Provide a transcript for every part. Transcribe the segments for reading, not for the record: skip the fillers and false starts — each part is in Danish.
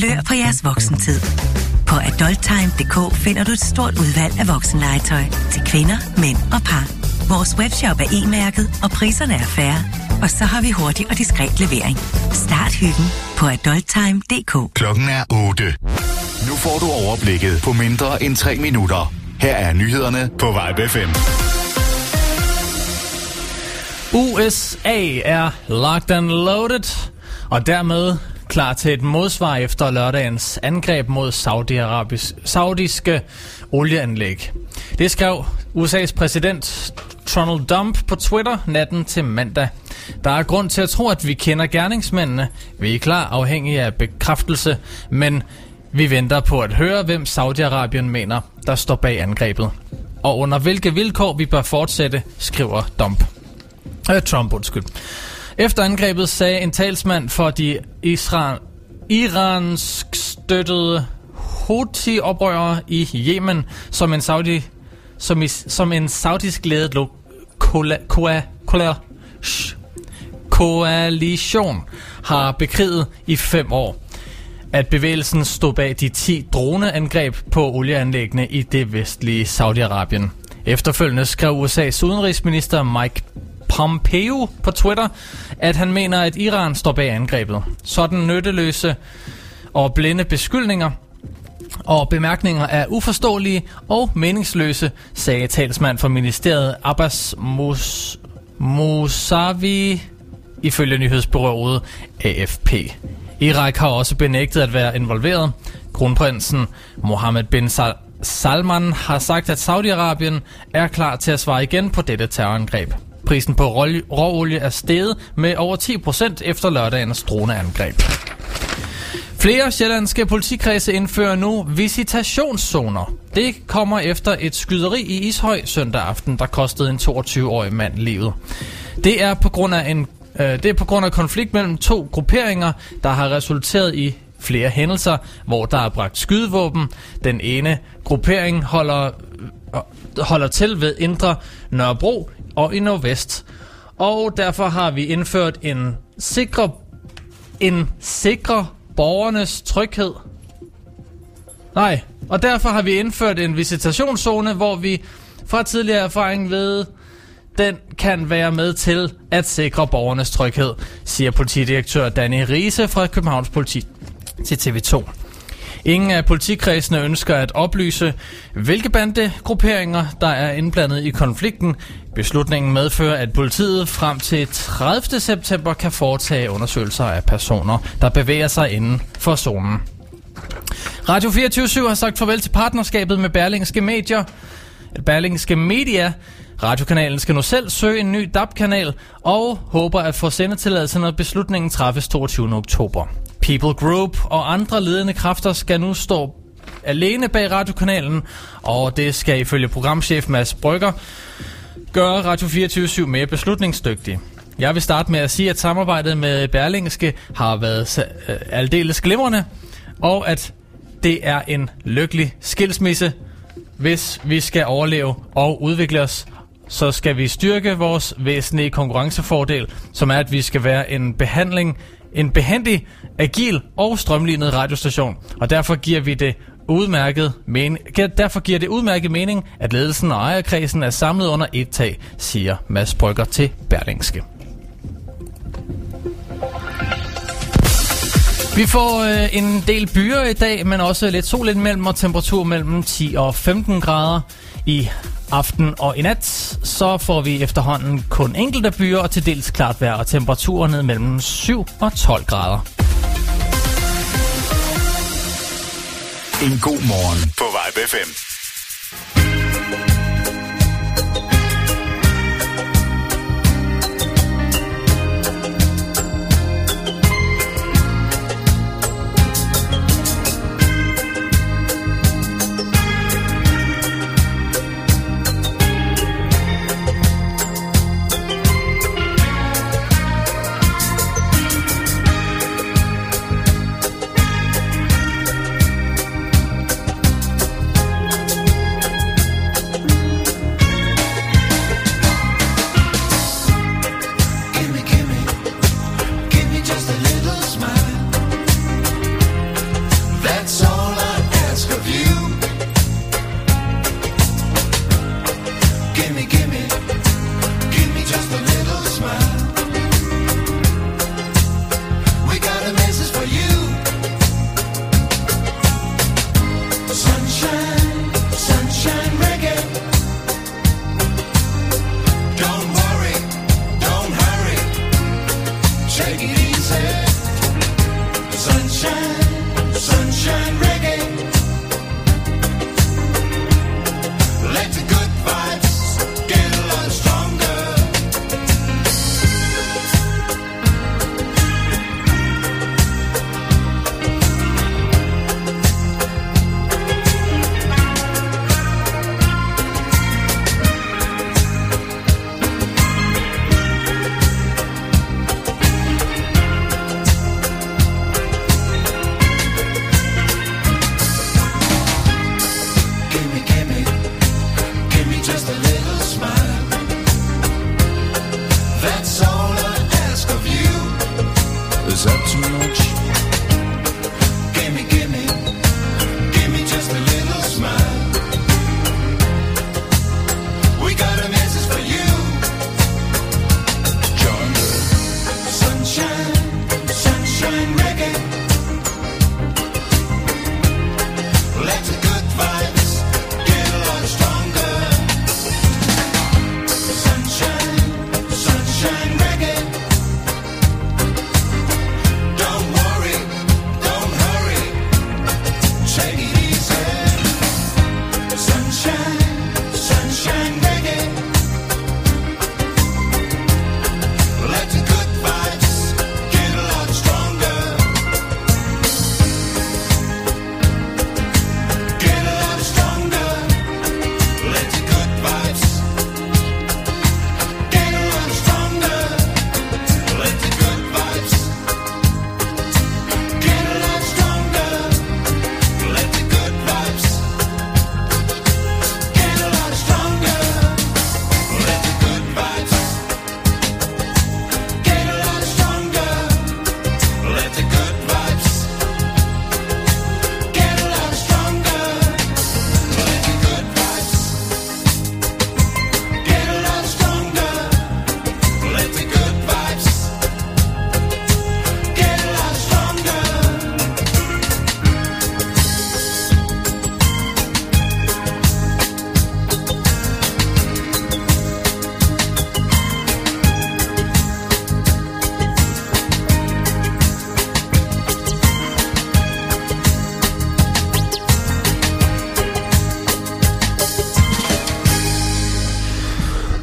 kulør på jeres voksentid. På adulttime.dk finder du et stort udvalg af voksenlegetøj til kvinder, mænd og par. Vores webshop er e-mærket, og priserne er fair. Og så har vi hurtig og diskret levering. Start hyggen på adulttime.dk. Klokken er 8. Nu får du overblikket på mindre end 3 minutter. Her er nyhederne på Vibe FM. USA er locked and loaded, og dermed klar til et modsvar efter lørdagens angreb mod saudiske olieanlæg. Det skrev USA's præsident Donald Trump på Twitter natten til mandag. Der er grund til at tro, at vi kender gerningsmændene. Vi er klar afhængige af bekræftelse, men vi venter på at høre, hvem Saudi-Arabien mener, der står bag angrebet. Og under hvilke vilkår vi bør fortsætte, skriver Trump. Efter angrebet sagde en talsmand for de iransk støttede Houthi-oprørere i Yemen, som en saudisk ledet koalition har bekriget i 5 år, at bevægelsen stod bag de 10 droneangreb på olieanlæggene i det vestlige Saudi-Arabien. Efterfølgende skrev USA's udenrigsminister Mike Pompeo på Twitter, at han mener, at Iran står bag angrebet. Sådan nytteløse og blinde beskyldninger og bemærkninger er uforståelige og meningsløse, sagde talsmand for ministeriet Abbas Mousavi ifølge nyhedsbureauet AFP. Irak har også benægtet at være involveret. Kronprinsen Mohammed bin Salman har sagt, at Saudi-Arabien er klar til at svare igen på dette terrorangreb. Prisen på råolie er steget med over 10% efter lørdagens droneangreb. Flere sjællandske politikredse indfører nu visitationszoner. Det kommer efter et skyderi i Ishøj søndag aften, der kostede en 22-årig mand livet. Det er på grund af konflikt mellem 2 grupperinger, der har resulteret i flere hændelser, hvor der er bragt skydevåben. Den ene gruppering holder til ved Indre Nørrebro og i Nordvest. Og derfor har vi indført en sikre borgernes tryghed. Og derfor har vi indført en visitationszone, hvor vi fra tidligere erfaring ved, den kan være med til at sikre borgernes tryghed, siger politidirektør Danny Riese fra Københavns Politi til TV2. Ingen af politikredsene ønsker at oplyse, hvilke bandegrupperinger, der er indblandet i konflikten. Beslutningen medfører, at politiet frem til 30. september kan foretage undersøgelser af personer, der bevæger sig inden for zonen. Radio 24/7 har sagt farvel til partnerskabet med Berlingske Media. Radiokanalen skal nu selv søge en ny DAB-kanal og håber at få sendetilladelse, når beslutningen træffes 22. oktober. People Group og andre ledende kræfter skal nu stå alene bag radiokanalen, og det skal ifølge programchef Mads Brygger gøre Radio 24/7 mere beslutningsdygtig. Jeg vil starte med at sige, at samarbejdet med Berlingske har været aldeles glimrende, og at det er en lykkelig skilsmisse. Hvis vi skal overleve og udvikle os, så skal vi styrke vores væsentlige konkurrencefordel, som er, at vi skal være en behendig, agil og strømlignet radiostation. Og derfor giver det udmærket mening, at ledelsen og ejerkredsen er samlet under et tag, siger Mads Brygger til Berlingske. Vi får en del byer i dag, men også lidt sol indimellem og temperatur mellem 10 og 15 grader i aften og i nat. Så får vi efterhånden kun enkelte byer og til dels klart vejr og temperaturer ned mellem 7 og 12 grader. En god morgen på Vibe FM.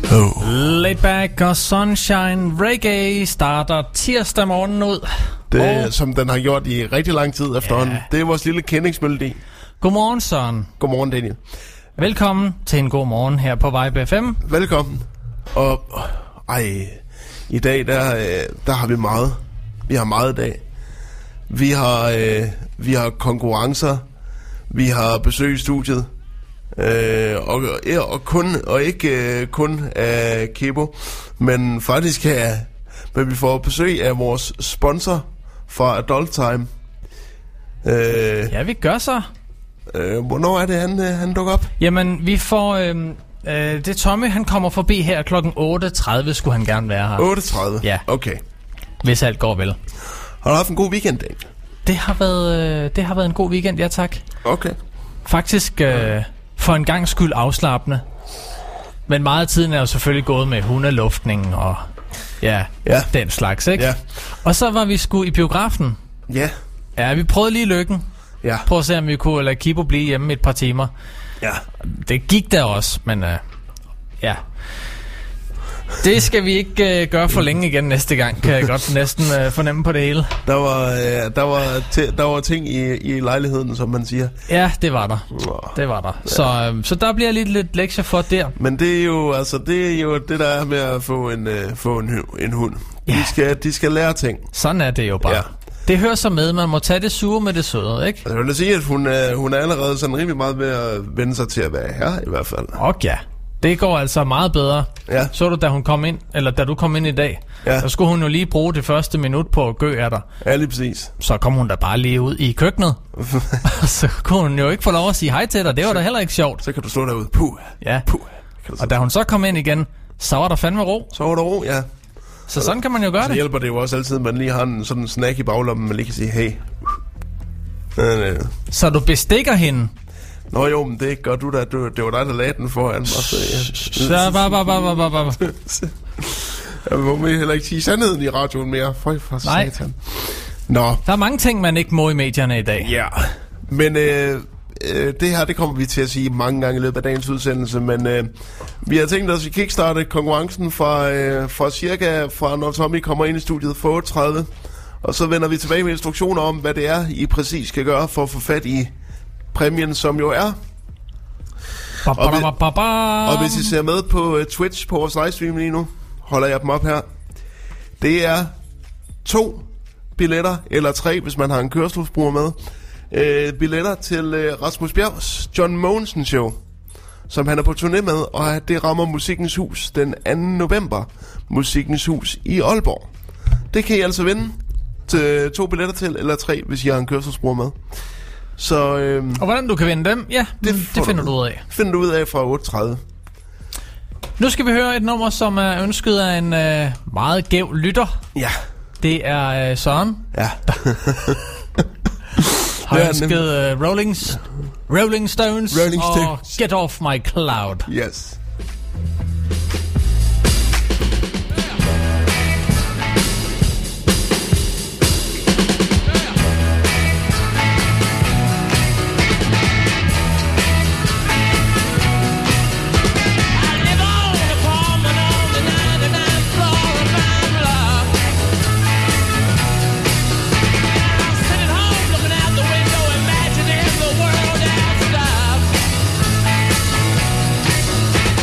Laid back og sunshine reggae starter tirsdag morgen ud. Det som den har gjort i rigtig lang tid efterhånden. Det er vores lille kendingsmelodi. Godmorgen, Søren. Godmorgen, Daniel. Velkommen til en god morgen her på Vibe FM. Velkommen. Og i dag der har vi meget. Vi har meget i dag. Vi har konkurrencer. Vi har besøg i studiet. Og ikke kun af Kebo, men faktisk men vi får besøg af vores sponsor fra Adult Time. Ja, vi gør så. Hvornår er det, han dukker op? Jamen, vi får... det er Tommy, han kommer forbi her klokken 8.30, skulle han gerne være her. 8.30? Ja. Okay. Hvis alt går vel. Har du haft en god weekend, Daniel? Det har været en god weekend, ja tak. Okay. Faktisk for en gang skyld afslappende. Men meget af tiden er jo selvfølgelig gået med hundeluftning og den slags, ikke? Ja. Og så var vi sgu i biografen. Ja. Ja, vi prøvede lige lykken. Ja. Prøv at se, om vi kunne lade Kibo blive hjemme et par timer. Ja. Det gik der også, men ja. Det skal vi ikke gøre for længe igen næste gang, kan jeg godt næsten fornemme på det hele. Der var ting i lejligheden, som man siger. Ja, det var der. Det var der. Ja. Så der bliver lidt lektier for der. Men det er jo det der er med at få en hund. Ja. De skal lære ting. Sådan er det jo bare. Ja. Det hører så med, man må tage det sure med det søde, ikke? Jeg vil sige, at hun er allerede sådan rimelig meget ved at vende sig til at være her, i hvert fald. Ja. Det går altså meget bedre. Ja. Så du, da du kom ind i dag, så skulle hun jo lige bruge det første minut på at gø af dig. Ja, lige præcis. Så kom hun da bare lige ud i køkkenet. Så kunne hun jo ikke få lov at sige hej til dig. Det var da heller ikke sjovt. Så kan du stå derude. Puh. Ja. Puh. Og da hun så kom ind igen, så var der fandme ro. Så var der ro, ja. Så sådan kan man jo gøre det. Så hjælper det jo også altid, at man lige har sådan en snack i baglommen, man lige kan sige, hey. Så du bestikker hende? Nå jo, men det gør du da. Det var dig, der lagde den foran mig. Så bare. Jeg må heller ikke sige sandheden i radioen mere. For satan. Nå. Der er mange ting, man ikke må i medierne i dag. Ja, men det her, det kommer vi til at sige mange gange i løbet af dagens udsendelse, men vi har tænkt os at kickstarte konkurrencen fra når Tommy kommer ind i studiet for 8.30, og så vender vi tilbage med instruktioner om, hvad det er, I præcis skal gøre for at få fat i præmien, som jo er. Og hvis I ser med på Twitch på vores livestream lige nu, holder jeg dem op her. Det er 2 billetter, eller 3, hvis man har en kørselsbruger med. Billetter til Rasmus Bjergs John Mogensen Show, som han er på turné med, og det rammer Musikkens Hus den 2. november. Musikkens Hus i Aalborg. Det kan I altså vinde til 2 billetter til, eller 3, hvis I har en kørselsbruger med. Så, og hvordan du kan vinde dem, ja, det finder du ud af. Finder du ud af fra 8.30. Nu skal vi høre et nummer, som er ønsket af en meget gæv lytter. Ja. Det er Søren. Ja. Har ønsket Rolling Stones og Get Off My Cloud. Yes. Imagining the world has stopped.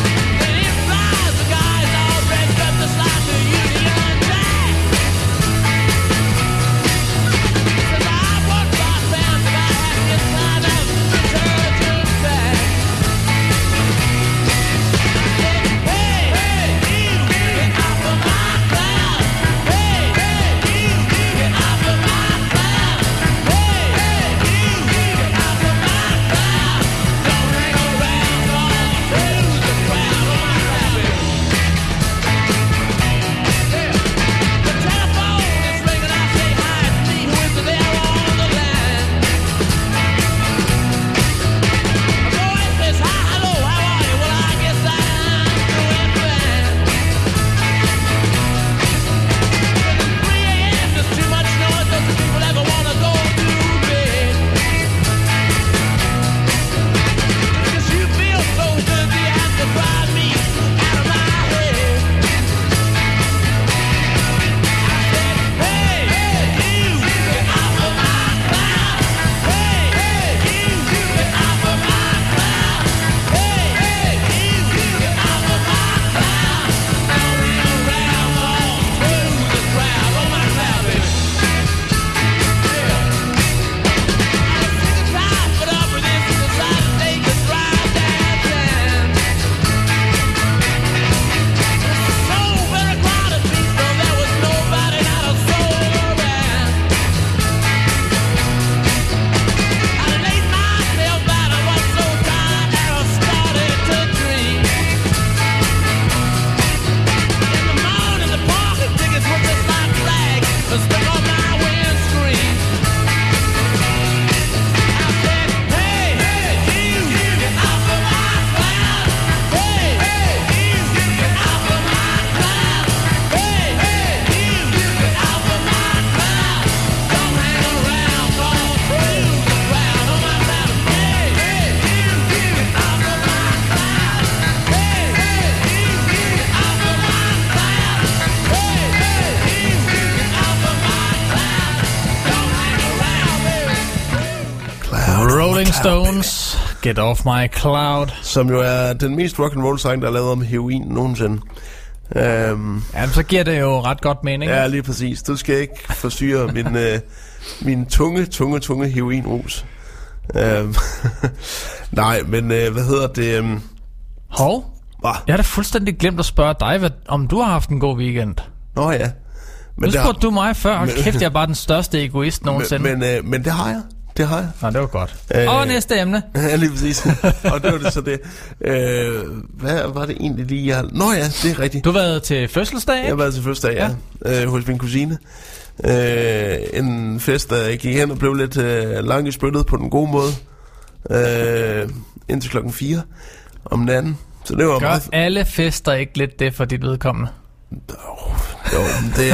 Rolling Stones, Get Off My Cloud. Som jo er den mest rock'n'roll sang, der er lavet om heroin nogensinde. Ja, så giver det jo ret godt mening. Ja, lige præcis. Du skal ikke forstyrre min tunge heroinrus. Nej, men hvad hedder det? Hov, jeg har da fuldstændig glemt at spørge dig, om du har haft en god weekend. Nå ja. Men nu spurgte du mig før, og kæft, jeg er bare den største egoist nogensinde. Men det har jeg. Det har jeg. Nå, det var godt. Og næste emne. Ja, lige præcis. Og det var det så det. Hvad var det egentlig lige, jeg... Nå ja, det er rigtigt. Du har været til fødselsdag, ikke? Jeg har været til fødselsdag, ja. Hos min kusine. En fest, der gik hen og blev lidt lang i spyttet på den gode måde. Indtil 4:00 om natten. Så det var meget... alle fester ikke lidt det for dit vedkommende? Jo, det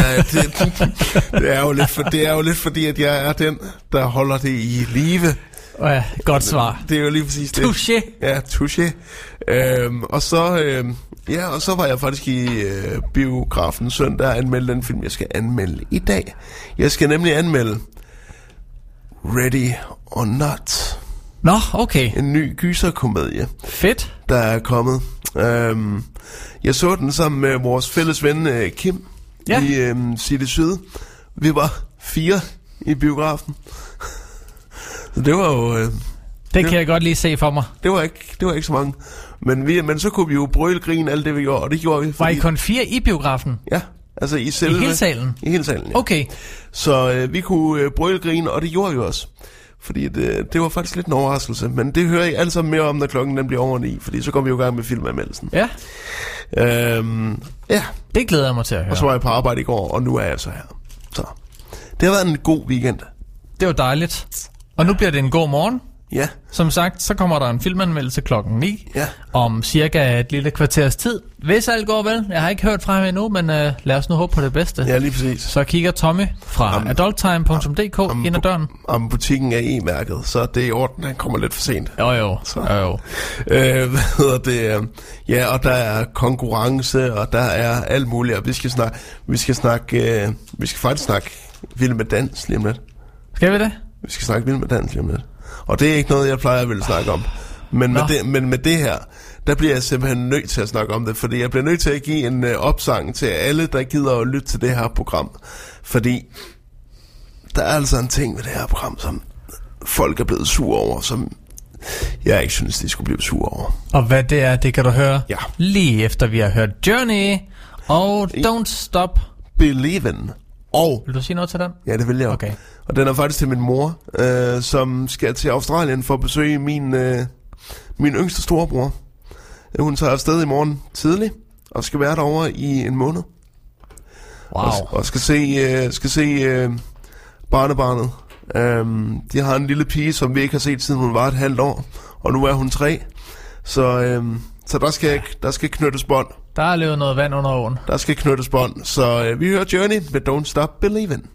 er jo lidt fordi, at jeg er den, der holder det i live. Ja, godt svar. Det er jo lige præcis det. Touché. Ja, touché. Og så var jeg faktisk i biografen søndag og anmeldte den film, jeg skal anmelde i dag. Jeg skal nemlig anmelde Ready or Not. Nå, okay. En ny gyserkomedie. Fedt. Der er kommet. Jeg så den sammen med vores fælles ven Kim i City Syd. Vi var 4 i biografen. Så det var jo... det kan jeg godt lige se for mig. Det var ikke så mange. Men så kunne vi jo brøle grine alt det vi gjorde, og det gjorde vi. Var I kun 4 i biografen? Ja, altså i selve... I hele salen? I hele salen, ja. Okay. Så vi kunne brøle grine, og det gjorde vi også. Fordi det var faktisk lidt en overraskelse. Men det hører I alle sammen mere om, når klokken den bliver over 9. Fordi så kommer vi jo i gang med filmanmeldelsen. Ja. Ja. Det glæder jeg mig til at høre. Og så var jeg på arbejde i går, og nu er jeg så her. Så det har været en god weekend. Det var dejligt. Og nu bliver det en god morgen. Ja. Som sagt, så kommer der en filmanmeldelse klokken 9. Ja. Om cirka et lille kvarters tid. Hvis alt går vel. Jeg har ikke hørt fra ham endnu, men lad os nu håbe på det bedste. Ja, lige præcis. Så kigger Tommy fra adulttime.dk ind ad døren. Om butikken er e-mærket, så det er i orden, han kommer lidt for sent. Jo. Hvad hedder det? Ja, og der er konkurrence, og der er alt muligt, og vi skal faktisk snakke Vild med Dans lige om lidt. Skal vi det? Vi skal snakke Vild med Dans lige om lidt. Og det er ikke noget, jeg plejer at ville snakke om. Men med det her, der bliver jeg simpelthen nødt til at snakke om det, fordi jeg bliver nødt til at give en opsang til alle, der gider at lytte til det her program. Fordi der er altså en ting ved det her program, som folk er blevet sure over, som jeg ikke synes, de skulle blive sure over. Og hvad det er, det kan du høre lige efter vi har hørt Journey og Don't Stop Believin'. Og vil du sige noget til den? Ja, det vil jeg. Okay. Og den er faktisk til min mor, som skal til Australien for at besøge min yngste storebror. Hun tager afsted i morgen tidligt og skal være derovre i en måned. Wow. Og skal se barnebarnet. De har en lille pige, som vi ikke har set siden hun var 1,5 år, og nu er hun 3. Så der skal knyttes bånd. Der er løbet noget vand under åen. Der skal knyttes bånd. Så vi hører Journey med Don't Stop Believin'.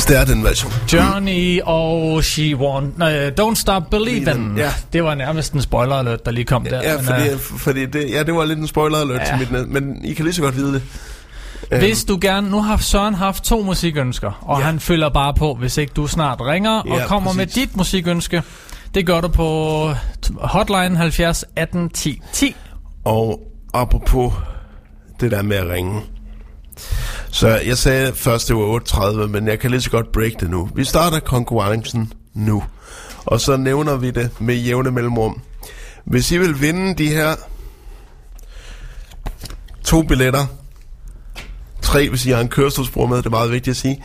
Det er den version. Journey og She Won't... Don't Stop Believin'. Ja. Det var nærmest en spoiler alert, der lige kom der. Ja, fordi det var lidt en spoiler alert til mit net, men I kan lige så godt vide det. Hvis du gerne... Nu har Søren haft 2 musikønsker, og han følger bare på, hvis ikke du snart ringer og kommer med dit musikønske. Det gør du på hotline 70 18 10 10. Og apropos det der med at ringe. Så jeg sagde først, det var 8.30, men jeg kan lige så godt break det nu. Vi starter konkurrencen nu. Og så nævner vi det med jævne mellemrum. Hvis I vil vinde de her 2 billetter, 3, hvis I har en kørestolsbruger med, det er meget vigtigt at sige,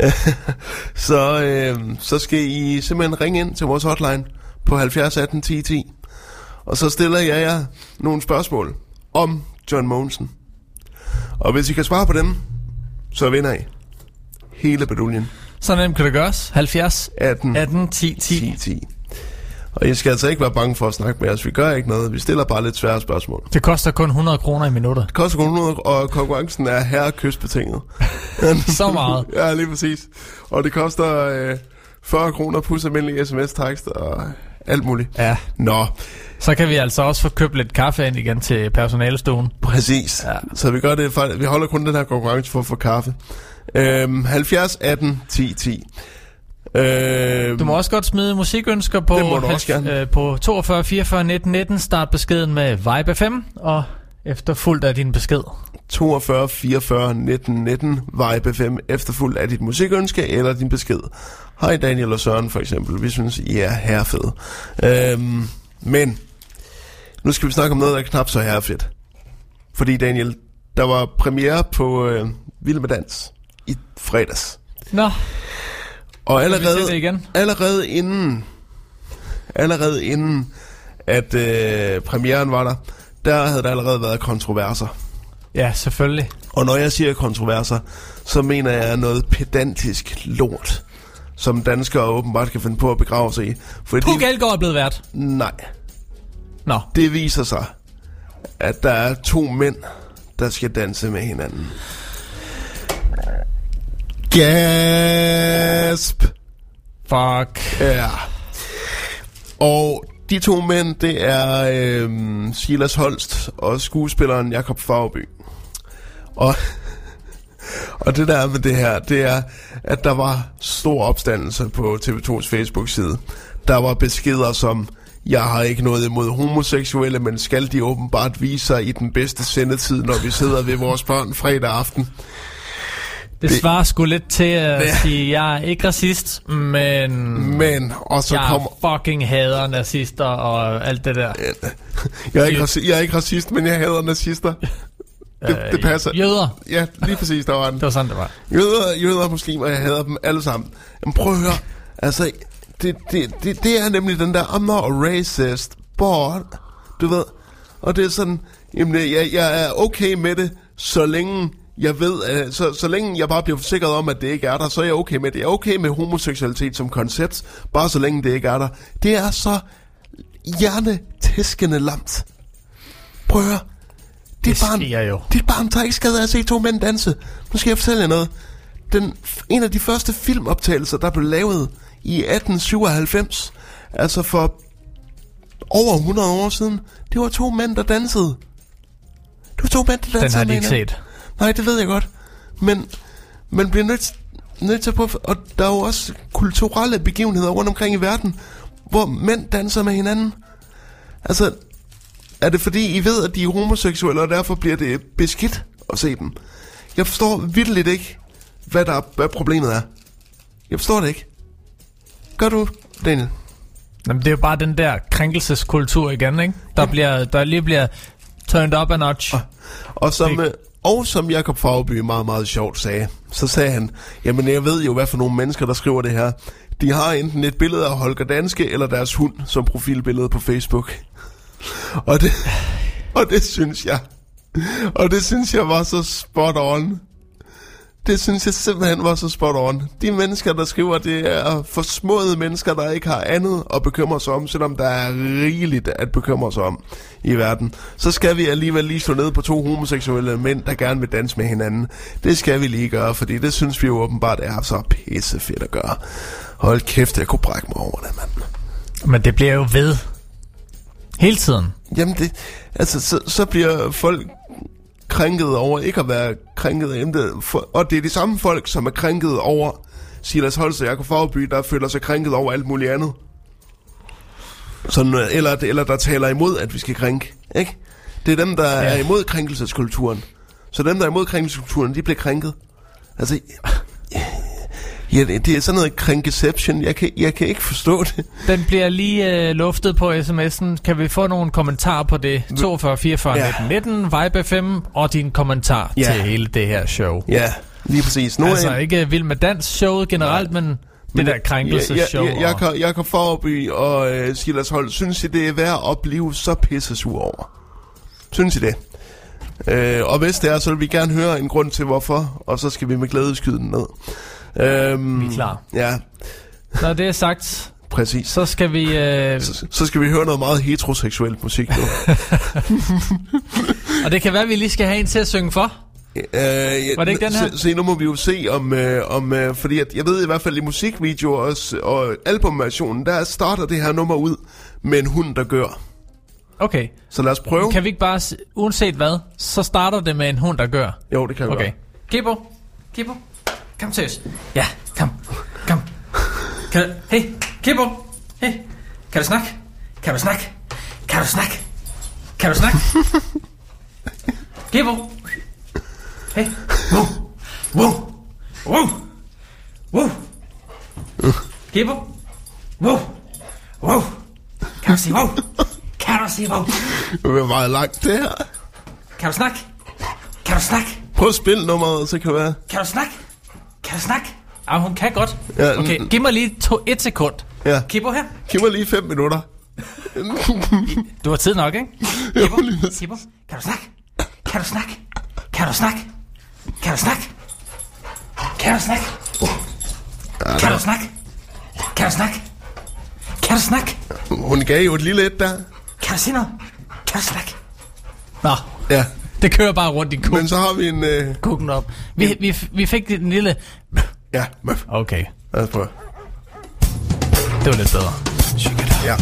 så skal I simpelthen ringe ind til vores hotline på 70 18 10 10. Og så stiller jeg jer nogle spørgsmål om John Mogensen. Og hvis I kan svare på dem, så vinder I hele baduljen. Så nemt kan det gøres. 70 18 10 10 10. Og I skal altså ikke være bange for at snakke med os. Vi gør ikke noget. Vi stiller bare lidt svære spørgsmål. Det koster kun 100 kroner i minuttet. Det koster kun 100, og konkurrencen er herrekystbetinget. Så meget. Ja, lige præcis. Og det koster 40 kroner plus almindelig sms-tekst og alt muligt. Ja. Nå. Så kan vi altså også få købt lidt kaffe ind igen til personalestuen. Præcis. Ja. Så vi gør det. Vi holder kun den her konkurrence for at få kaffe. 70 18 10 10. Du må også godt smide musikønsker på 42 44 19 19. Start beskeden med Vibe FM, og efterfulgt af din besked. 42 44 19 19 Vibe FM, efterfulgt af dit musikønske eller din besked. Hej Daniel og Søren for eksempel. Vi synes I er herrefede. Men nu skal vi snakke om noget, der er knap så herrefedt. Fordi Daniel, der var premiere på Vild med Dans i fredags. Nå. Og allerede inden at premieren var der havde der allerede været kontroverser. Ja, selvfølgelig. Og når jeg siger kontroverser, så mener jeg noget pedantisk lort, som danskere åbenbart kan finde på at begrave sig i. Puk Elgård er blevet vært. Nej. Nå. Det viser sig, at der er 2 mænd, der skal danse med hinanden. Gasp! Fuck. Ja. Og de 2 mænd, det er Silas Holst og skuespilleren Jakob Faurby. Og det der med det her, det er, at der var stor opstandelse på TV2's Facebook-side. Der var beskeder som: jeg har ikke noget imod homoseksuelle, men skal de åbenbart vise sig i den bedste sendetid, når vi sidder ved vores børn fredag aften. Det svarer sgu lidt til at sige, jeg er ikke racist, men og så jeg fucking hader nazister og alt det der. Jeg er ikke racist, men jeg hader nazister. Det passer. Jøder. Ja, lige præcis, der var den. Det var sådan, det var. Jøder og muslimer, jeg hader dem alle sammen. Men prøv at høre, altså, det er nemlig den der, I'm not a racist, but, du ved, og det er sådan, jamen, jeg er okay med det, så længe jeg ved, så længe jeg bare bliver forsikret om, at det ikke er der, så er jeg okay med det. Jeg er okay med homoseksualitet som koncept, bare så længe det ikke er der. Det er så hjernetæskende lamt. Prøv at høre. Det er barn, der ikke skade af at se 2 mænd danse. Nu skal jeg fortælle jer noget. En af de første filmoptagelser, der blev lavet i 1897, altså for over 100 år siden, det var 2 mænd, der dansede. Det var 2 mænd, der dansede. Den har de ikke set. Nej, det ved jeg godt. Men man bliver nødt til at prøve, og der er jo også kulturelle begivenheder rundt omkring i verden, hvor mænd danser med hinanden. Altså, er det fordi I ved, at de er homoseksuelle, og derfor bliver det beskidt at se dem? Jeg forstår vitterligt ikke, hvad problemet er. Jeg forstår det ikke. Gør du, Daniel? Jamen, det er jo bare den der krænkelseskultur igen, ikke? Der lige bliver turned up a notch. Og som Jakob Faurby meget, meget sjovt sagde, så sagde han, jamen jeg ved jo, hvad for nogle mennesker, der skriver det her. De har enten et billede af Holger Danske, eller deres hund som profilbillede på Facebook. Og det synes jeg var så spot on. Det synes jeg simpelthen var så spot on. De mennesker, der skriver, det er forsmåede mennesker, der ikke har andet at bekymre sig om, selvom der er rigeligt at bekymre sig om i verden. Så skal vi alligevel lige slå ned på 2 homoseksuelle mænd, der gerne vil danse med hinanden. Det skal vi lige gøre, fordi det synes vi jo åbenbart er så pissefedt at gøre. Hold kæft, jeg kunne brække mig over det, mand. Men det bliver jo ved. Hele tiden. Jamen det, altså så bliver folk krænket over ikke at være krænket af emnet. Og det er de samme folk, som er krænket over Silas Holst og Jakob Fagerby, der føler sig krænket over alt muligt andet. Sådan, eller der taler imod, at vi skal krænke, ikke? Det er dem, der er imod krænkelseskulturen. Så dem, der er imod krænkelseskulturen, de bliver krænket. Altså, ja, det er sådan noget krænkeception. Jeg kan ikke forstå det. Den bliver lige luftet på sms'en. Kan vi få nogle kommentarer på det? 42 44 19 Vibe FM og din kommentar til hele det her show. Ja, lige præcis. Altså ikke Vild med Dans showet generelt, men det der krænkelsesshow. Jakob Fagerby og Silas Holst, synes I det er værd at blive så pissesur over? Synes I det? Og hvis det er, så vil vi gerne høre en grund til hvorfor, og så skal vi med glæde skyde den ned. Vi er klar. Ja. Når det er sagt, præcis. Så skal vi så skal vi høre noget meget heteroseksuelt musik nu. Og det kan være, at vi lige skal have en til at synge for. Var det ikke den her? Se, nu må vi jo se om fordi at, jeg ved i hvert fald i musikvideoer og albumversionen, der starter det her nummer ud med en hund, der gør. Okay. Så lad os prøve. Kan vi ikke bare, uanset hvad, så starter det med en hund, der gør? Jo, det kan vi. Okay. Kippo. Kom til os. Ja, kom. Hey, Kippo. Hey, kan du snakke? Kippo. Hey, wow. Kippo. Wow. Kan du sige wow? Det er meget langt det her. Kan du snakke? Prøv at spille nummeret, så kan det være. Kan du snakke? Ja, hun kan godt. Ja, okay, giv mig lige 1 sekund. Ja. Kippo her. Giv mig lige 5 minutter. Du har tid nok, ikke? Kippo. Kan du snakke? Kan du snakke? Hun gav jo et lille et der. Kan du sige noget? Kan du snakke? Nå. Ja. Det kører bare rundt i kukken. Men så har vi en... Kukken op. Vi fik en lille... Ja, okay. Lad os prøve. Det var lidt bedre. Ja.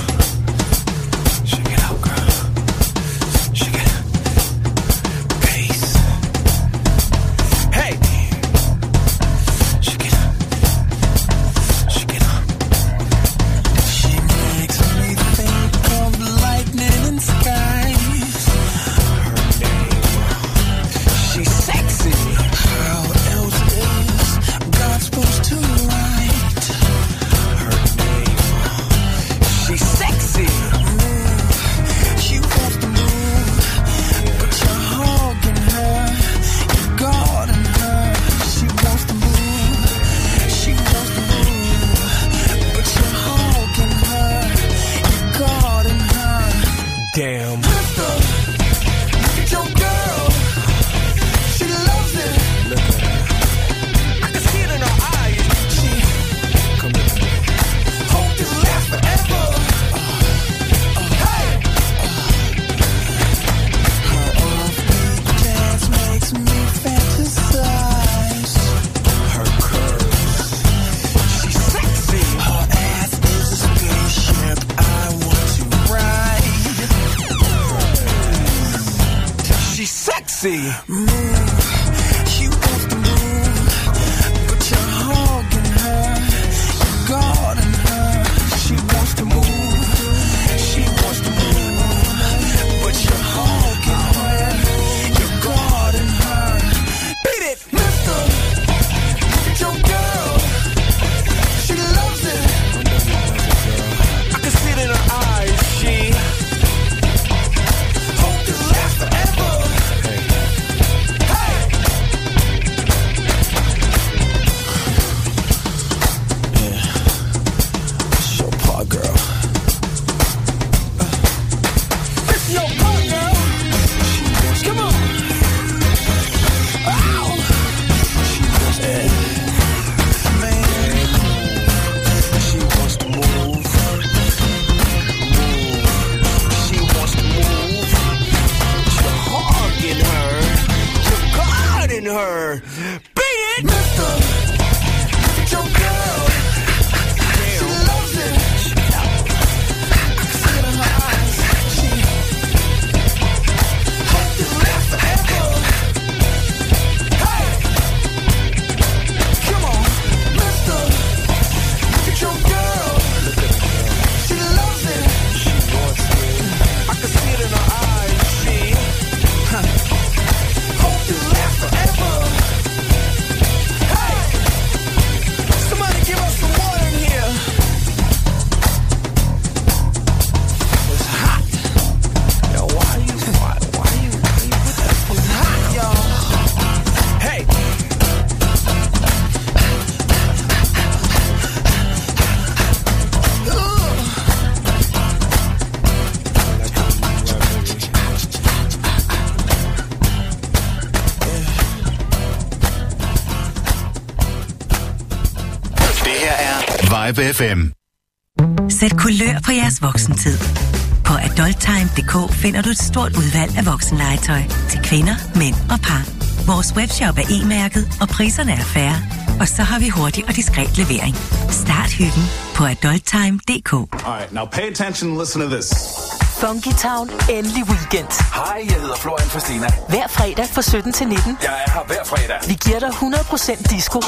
Vibe FM. Sæt kulør på jeres voksentid. På adulttime.dk finder du et stort udvalg af voksenlegetøj til kvinder, mænd og par. Vores webshop er e-mærket, og priserne er fair. Og så har vi hurtig og diskret levering. Start hyggen på adulttime.dk. Alright, now pay attention and listen to this. Funky Town, endelig weekend. Hej, jeg hedder Florian Fastina. Hver fredag fra 17 til 19. Jeg er her hver fredag. Vi giver dig 100% disco.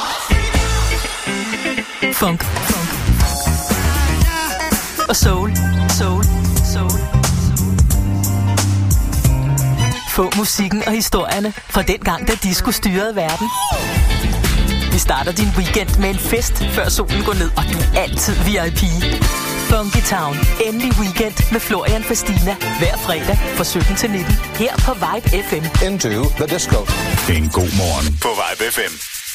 Funk. Og soul. Få musikken og historierne fra den gang, da disco styrede verden. Vi starter din weekend med en fest, før solen går ned, og du er altid VIP. Funky Town, endelig weekend med Florian Fastina. Hver fredag fra 17 til 19. Her på Vibe FM. Into the disco. En god morgen på Vibe FM.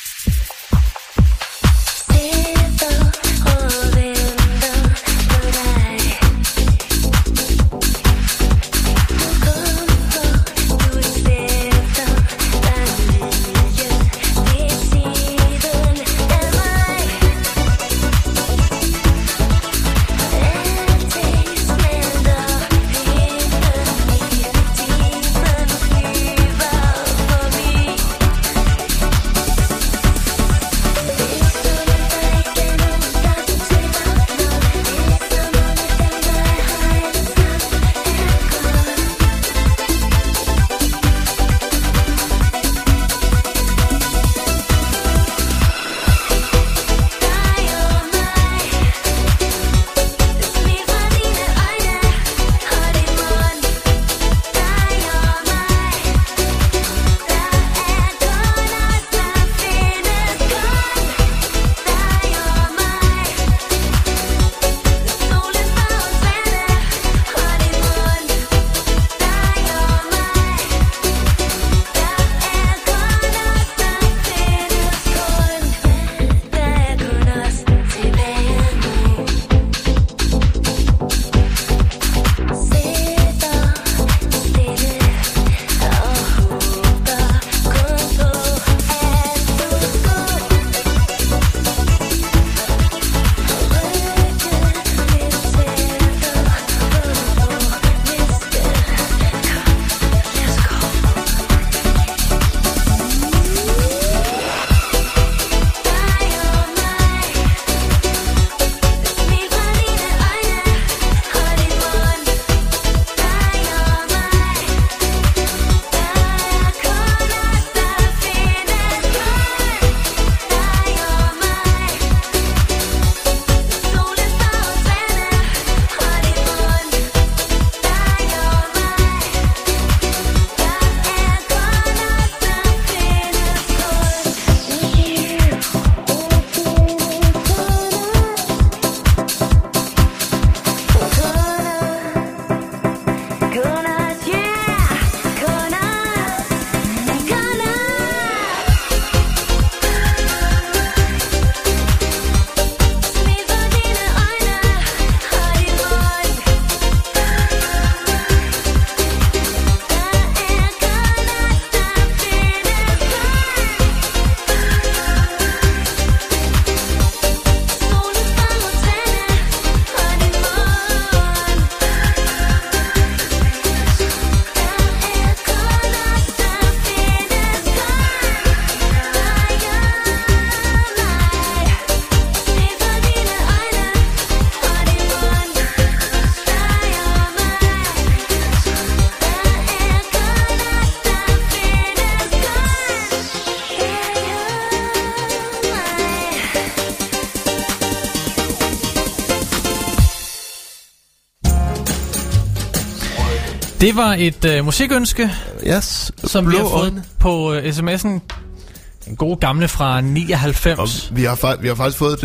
Det var et musikønske, Yes. som vi har fået på sms'en. En god gamle fra 99. Og vi har faktisk fået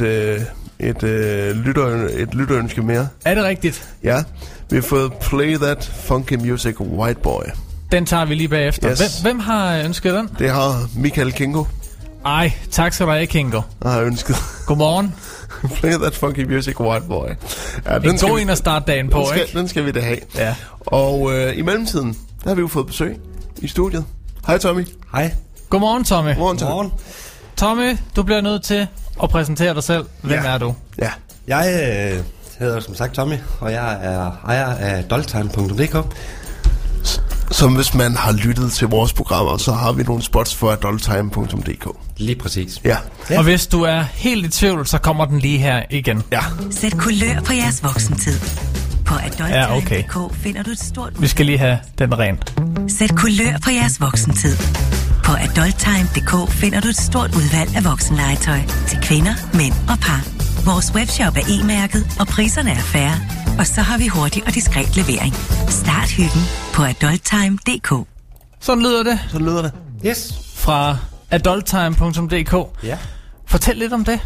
et lytterønske mere. Er det rigtigt? Ja, vi har fået Play That Funky Music White Boy. Den tager vi lige bagefter. Yes. Hvem har ønsket den? Det har Michael Kingo. Ej, tak skal du have, Kingo. Har ønsket. Godmorgen. Play That Funky Music White Boy. Ja, En god en at starte dagen på, ikke? Den skal vi da have. Ja. Og i mellemtiden, der har vi jo fået besøg i studiet. Hej Tommy. Hej. Godmorgen, Tommy. Godmorgen. Tommy, du bliver nødt til og præsentere dig selv. Hvem er du? Ja. Jeg hedder som sagt Tommy, og jeg er ejer af adulttime.dk. Som hvis man har lyttet til vores programmer, så har vi nogle spots for adulttime.dk. Lige præcis. Ja. Og hvis du er helt i tvivl, så kommer den lige her igen. Ja. Sæt kulør på jeres voksentid. På okay. adulttime.dk finder du et stort... Vi skal lige have den ren. Sæt kulør på jeres voksentid. På adulttime.dk finder du et stort udvalg af voksenlegetøj til kvinder, mænd og par. Vores webshop er e-mærket, og priserne er fair. Og så har vi hurtig og diskret levering. Start hyggen på adulttime.dk. Sådan lyder det Sådan lyder det. Yes. fra adulttime.dk. Ja. Fortæl lidt om det.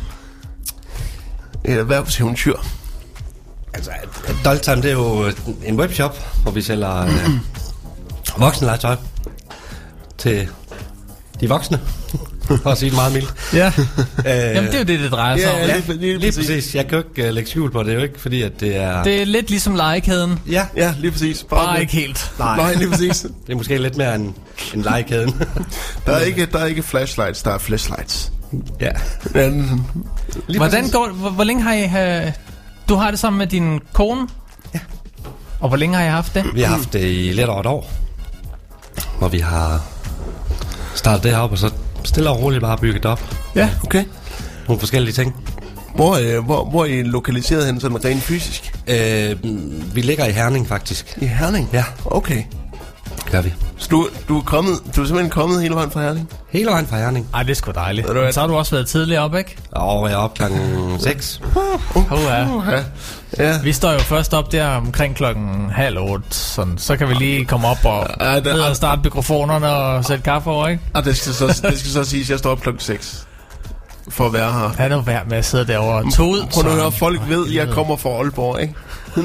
Et erhvervseventyr. Altså, Adulttime, det er jo en webshop, hvor vi sælger voksenlegetøj til de voksne, for at sige det meget mildt. Ja. Jamen, det er jo det drejer sig om. Ja, lige præcis. Jeg kan jo ikke lægge skjul på det, jo ikke, fordi at det er... Det er lidt ligesom legekæden. Ja, Ja, lige præcis. Bare ikke helt. Nej, lige præcis. det er måske lidt mere en legekæden. Der er ikke flashlights, der er flashlights. Ja. Men, Hvordan går det? Hvor længe har I... Du har det sammen med din kone? Ja. Og hvor længe har I haft det? Vi har haft det i lidt over et år, hvor vi har startet det her op, og så stille og roligt bare bygget det op. Ja. Okay. Nogle forskellige ting. Hvor er I lokaliseret hen sådan rent fysisk? Vi ligger i Herning, faktisk. I Herning? Ja. Okay. Gør vi. Så du er simpelthen kommet hele vejen fra Herning? Hele vejen fra Herning. Ej, det er sgu dejligt. Ved du hvad? Så har du også været tidligere op, ikke? Og jeg er op klokken 6. Ja. Ja. Vi står jo først op der omkring 7:30, sådan. Så kan vi lige komme op og ned og starte mikrofonerne og sætte kaffe over, ikke? Og det skal så siges, at jeg står op klokken 6 for at være her. Han er jo værd med at sidde derovre og tog ud. Prøv nu at høre, folk ved, at jeg kommer fra Aalborg, ikke?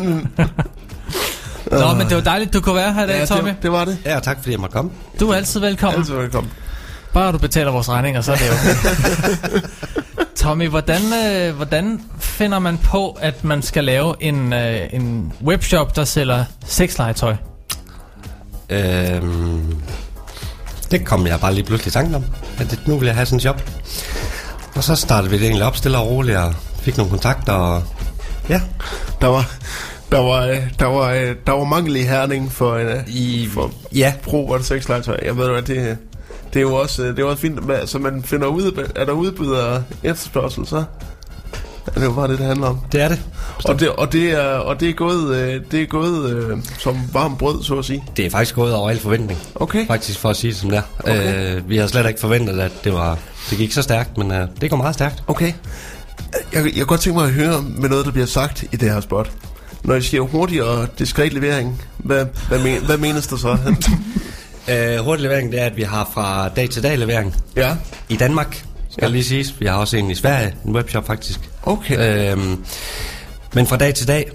Nå, men det var dejligt, du kunne være her i dag, Tommy. Det var det. Ja, tak fordi jeg måtte komme. Du er altid velkommen. Altid velkommen. Bare du betaler vores regninger, så er det okay. Tommy, hvordan finder man på, at man skal lave en webshop, der sælger sexlegetøj? Det kom jeg bare lige pludselig i tanken om, at nu vil jeg have sådan en shop. Og så startede vi det egentlig op stille og roligt, og fik nogle kontakter, og ja. Der var mangel i Herning for ja. brug af sexlegetøj. Jeg ved hvad det er jo også fint, så man finder ud af der udbyder efterspørgsel, så er det jo bare det handler om. Det er det. Og det er gået som varmt brød, så at sige. Det er faktisk gået over al forventning. Okay. Faktisk for at sige det som det er. Okay. Vi har slet ikke forventet, at det gik så stærkt, men det går meget stærkt. Okay. Jeg kan godt tænke mig at høre med noget, der bliver sagt i det her spot. Når jeg siger hurtig og diskret levering, hvad menes der så? Hurtig levering, det er, at vi har fra dag til dag levering. Ja. I Danmark, skal lige siges. Vi har også en i Sverige, en webshop faktisk. Okay. Men fra dag til dag.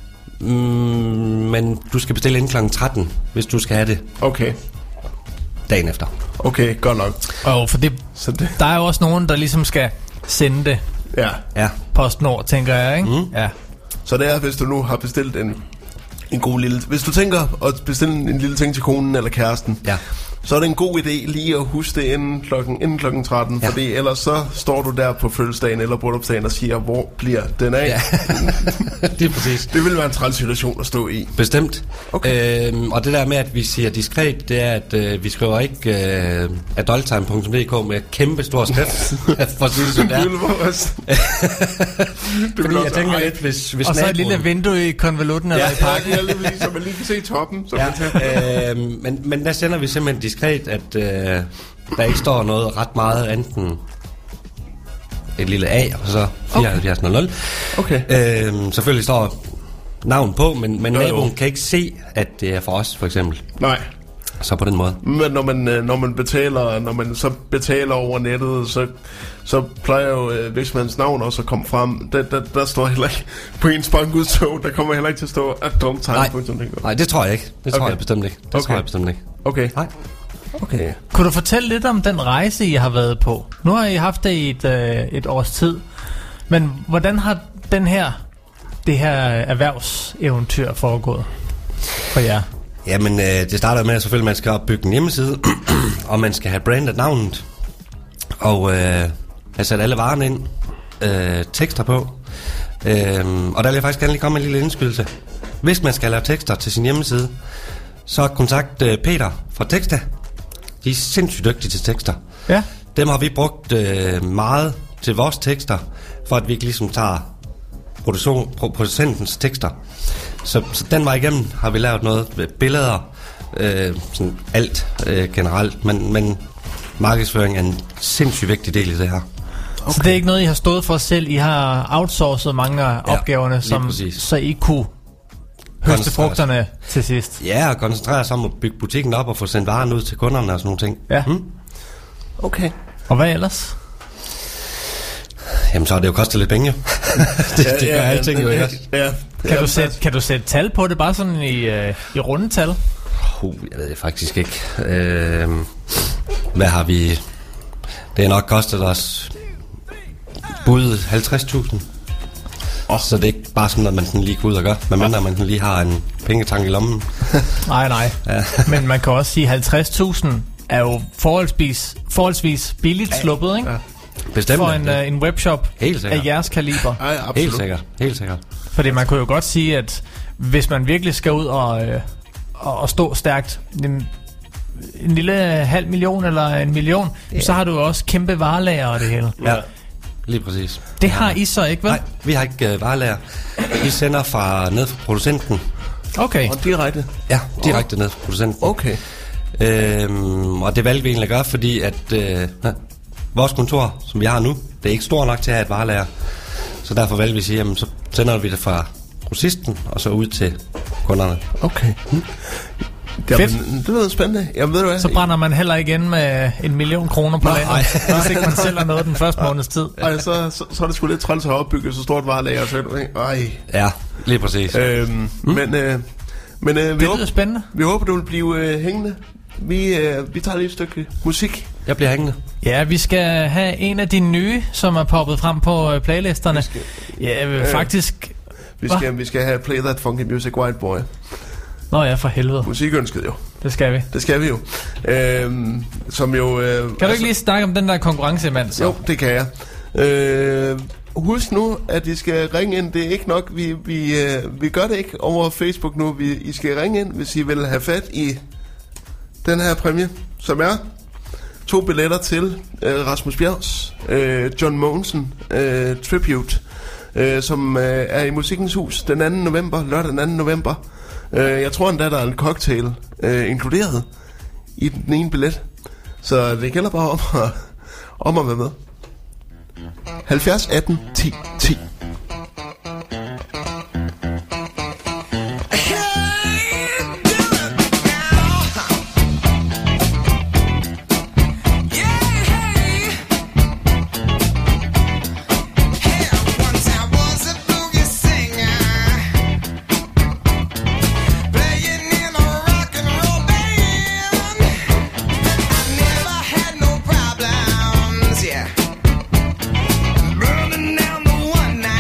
Men du skal bestille inden kl. 13, hvis du skal have det. Okay. Dagen efter. Okay, godt nok. Og for det, der er jo også nogen, der ligesom skal sende det. Ja. PostNord, tænker jeg, ikke? Ja. Så det er, hvis du nu har bestilt en god lille... Hvis du tænker at bestille en lille ting til konen eller kæresten, så er det en god idé lige at huske det inden klokken 13, fordi ellers så står du der på fødselsdagen eller bryllupsdagen og siger, hvor bliver den af? Ja. Det er præcis. Det vil være en træls situation at stå i. Bestemt. Okay. Og det der med, at vi siger diskret, det er, at vi skriver ikke adulttime.dk med kæmpe stor skrift, for at sige det sådan der. Fordi jeg tænker lidt, hvis og så et lille vindue i konvolutten eller i pakken. Ja, lige så man lige kan se toppen. Så men der sender vi simpelthen diskret, at der ikke står noget ret meget, enten et lille A, og så 7400. Okay. Selvfølgelig står navn på, men naboen kan ikke se, at det er for os, for eksempel. Nej. Så på den måde. Men når man så betaler over nettet, så plejer jo virksomhedens navn også at komme frem. Der står heller ikke på ens bankudtog, der kommer heller ikke til at stå adulttime.dk. Nej, det tror jeg ikke. Det tror jeg bestemt ikke. Tror jeg bestemt ikke. Okay. Nej. Okay. Kunne du fortælle lidt om den rejse, I har været på? Nu har I haft det i et års tid. Men hvordan har det her erhvervseventyr foregået for jer? Jamen, det starter med, at selvfølgelig man skal opbygge en hjemmeside, og man skal have brandet navnet, og have sat alle varerne ind, tekster på. Og der vil jeg faktisk gerne lige komme med en lille indskydelse. Hvis man skal lave tekster til sin hjemmeside, så kontakt Peter fra Teksta. De er sindssygt dygtige til tekster. Ja. Dem har vi brugt meget til vores tekster, for at vi ikke ligesom tager producentens tekster. Så den vej igennem har vi lavet noget med billeder, sådan alt generelt, men markedsføring er en sindssygt vigtig del i det her. Okay. Så det er ikke noget, I har stået for selv? I har outsourcet mange af opgaverne, så I kunne høste frugterne til sidst? Ja, og koncentrere sig om at bygge butikken op og få sendt varen ud til kunderne og sådan nogle ting. Ja. Okay. Og hvad ellers? Jamen, så har det jo kostet lidt penge. det gør alting jo, ikke? Ja. Kan du sætte tal på det, bare sådan i rundetal? Jeg ved det faktisk ikke. Hvad har vi? Det er nok kostet os bud 50.000. Så det er ikke bare sådan, at man sådan lige går ud og gør. Men mindre man lige har en pengetank i lommen. Nej. Ja. Men man kan også sige, 50.000 er jo forholdsvis billigt sluppet, ikke? Ja. Bestemt. For en webshop af jeres kaliber. Ja, helt sikkert. Fordi man kunne jo godt sige, at hvis man virkelig skal ud og stå stærkt, en lille 500.000 eller 1 million, så har du jo også kæmpe varelager og det hele. Ja, lige præcis. Det har I så ikke, vel? Nej, vi har ikke varelager. Vi sender ned fra producenten. Okay. Og direkte? Ja, direkte ned fra producenten. Okay. Og det valgte vi egentlig at gøre, fordi at vores kontor, som vi har nu, det er ikke stort nok til at have et varelager. Så derfor valgte vi at sige, jamen så sender vi det fra grossisten og så ud til kunderne. Okay. Fedt. Det lyder spændende. Jamen, ved du hvad? Så brænder man heller igen med 1 million kroner på landet, hvis ikke man sælger noget den første måneds tid. Ej, så er det sgu lidt træls at opbygge så stort varelager selv. Ej. Ja, lige præcis. Men det lyder spændende. Vi håber, du vil blive hængende. Vi tager lige et stykke musik. Jeg bliver hængende. Ja, vi skal have en af de nye, som er poppet frem på playlisterne. Faktisk... Vi skal have Play That Funky Music White Boy. Nå ja, for helvede. Musikønsket jo. Det skal vi. Det skal vi jo. Som jo... Kan du ikke lige snakke om den der konkurrence, mand? Jo, det kan jeg. Husk nu, at I skal ringe ind. Det er ikke nok. Vi gør det ikke over Facebook nu. I skal ringe ind, hvis I vil have fat i den her præmie, som er 2 billetter til Rasmus Bjergs John Mogensen Tribute, som er i Musikkens Hus den 2. november, lørdag den 2. november. Jeg tror endda, der er en cocktail inkluderet i den ene billet. Så det gælder bare om at være med. 70 18 10 10. Burning down the one night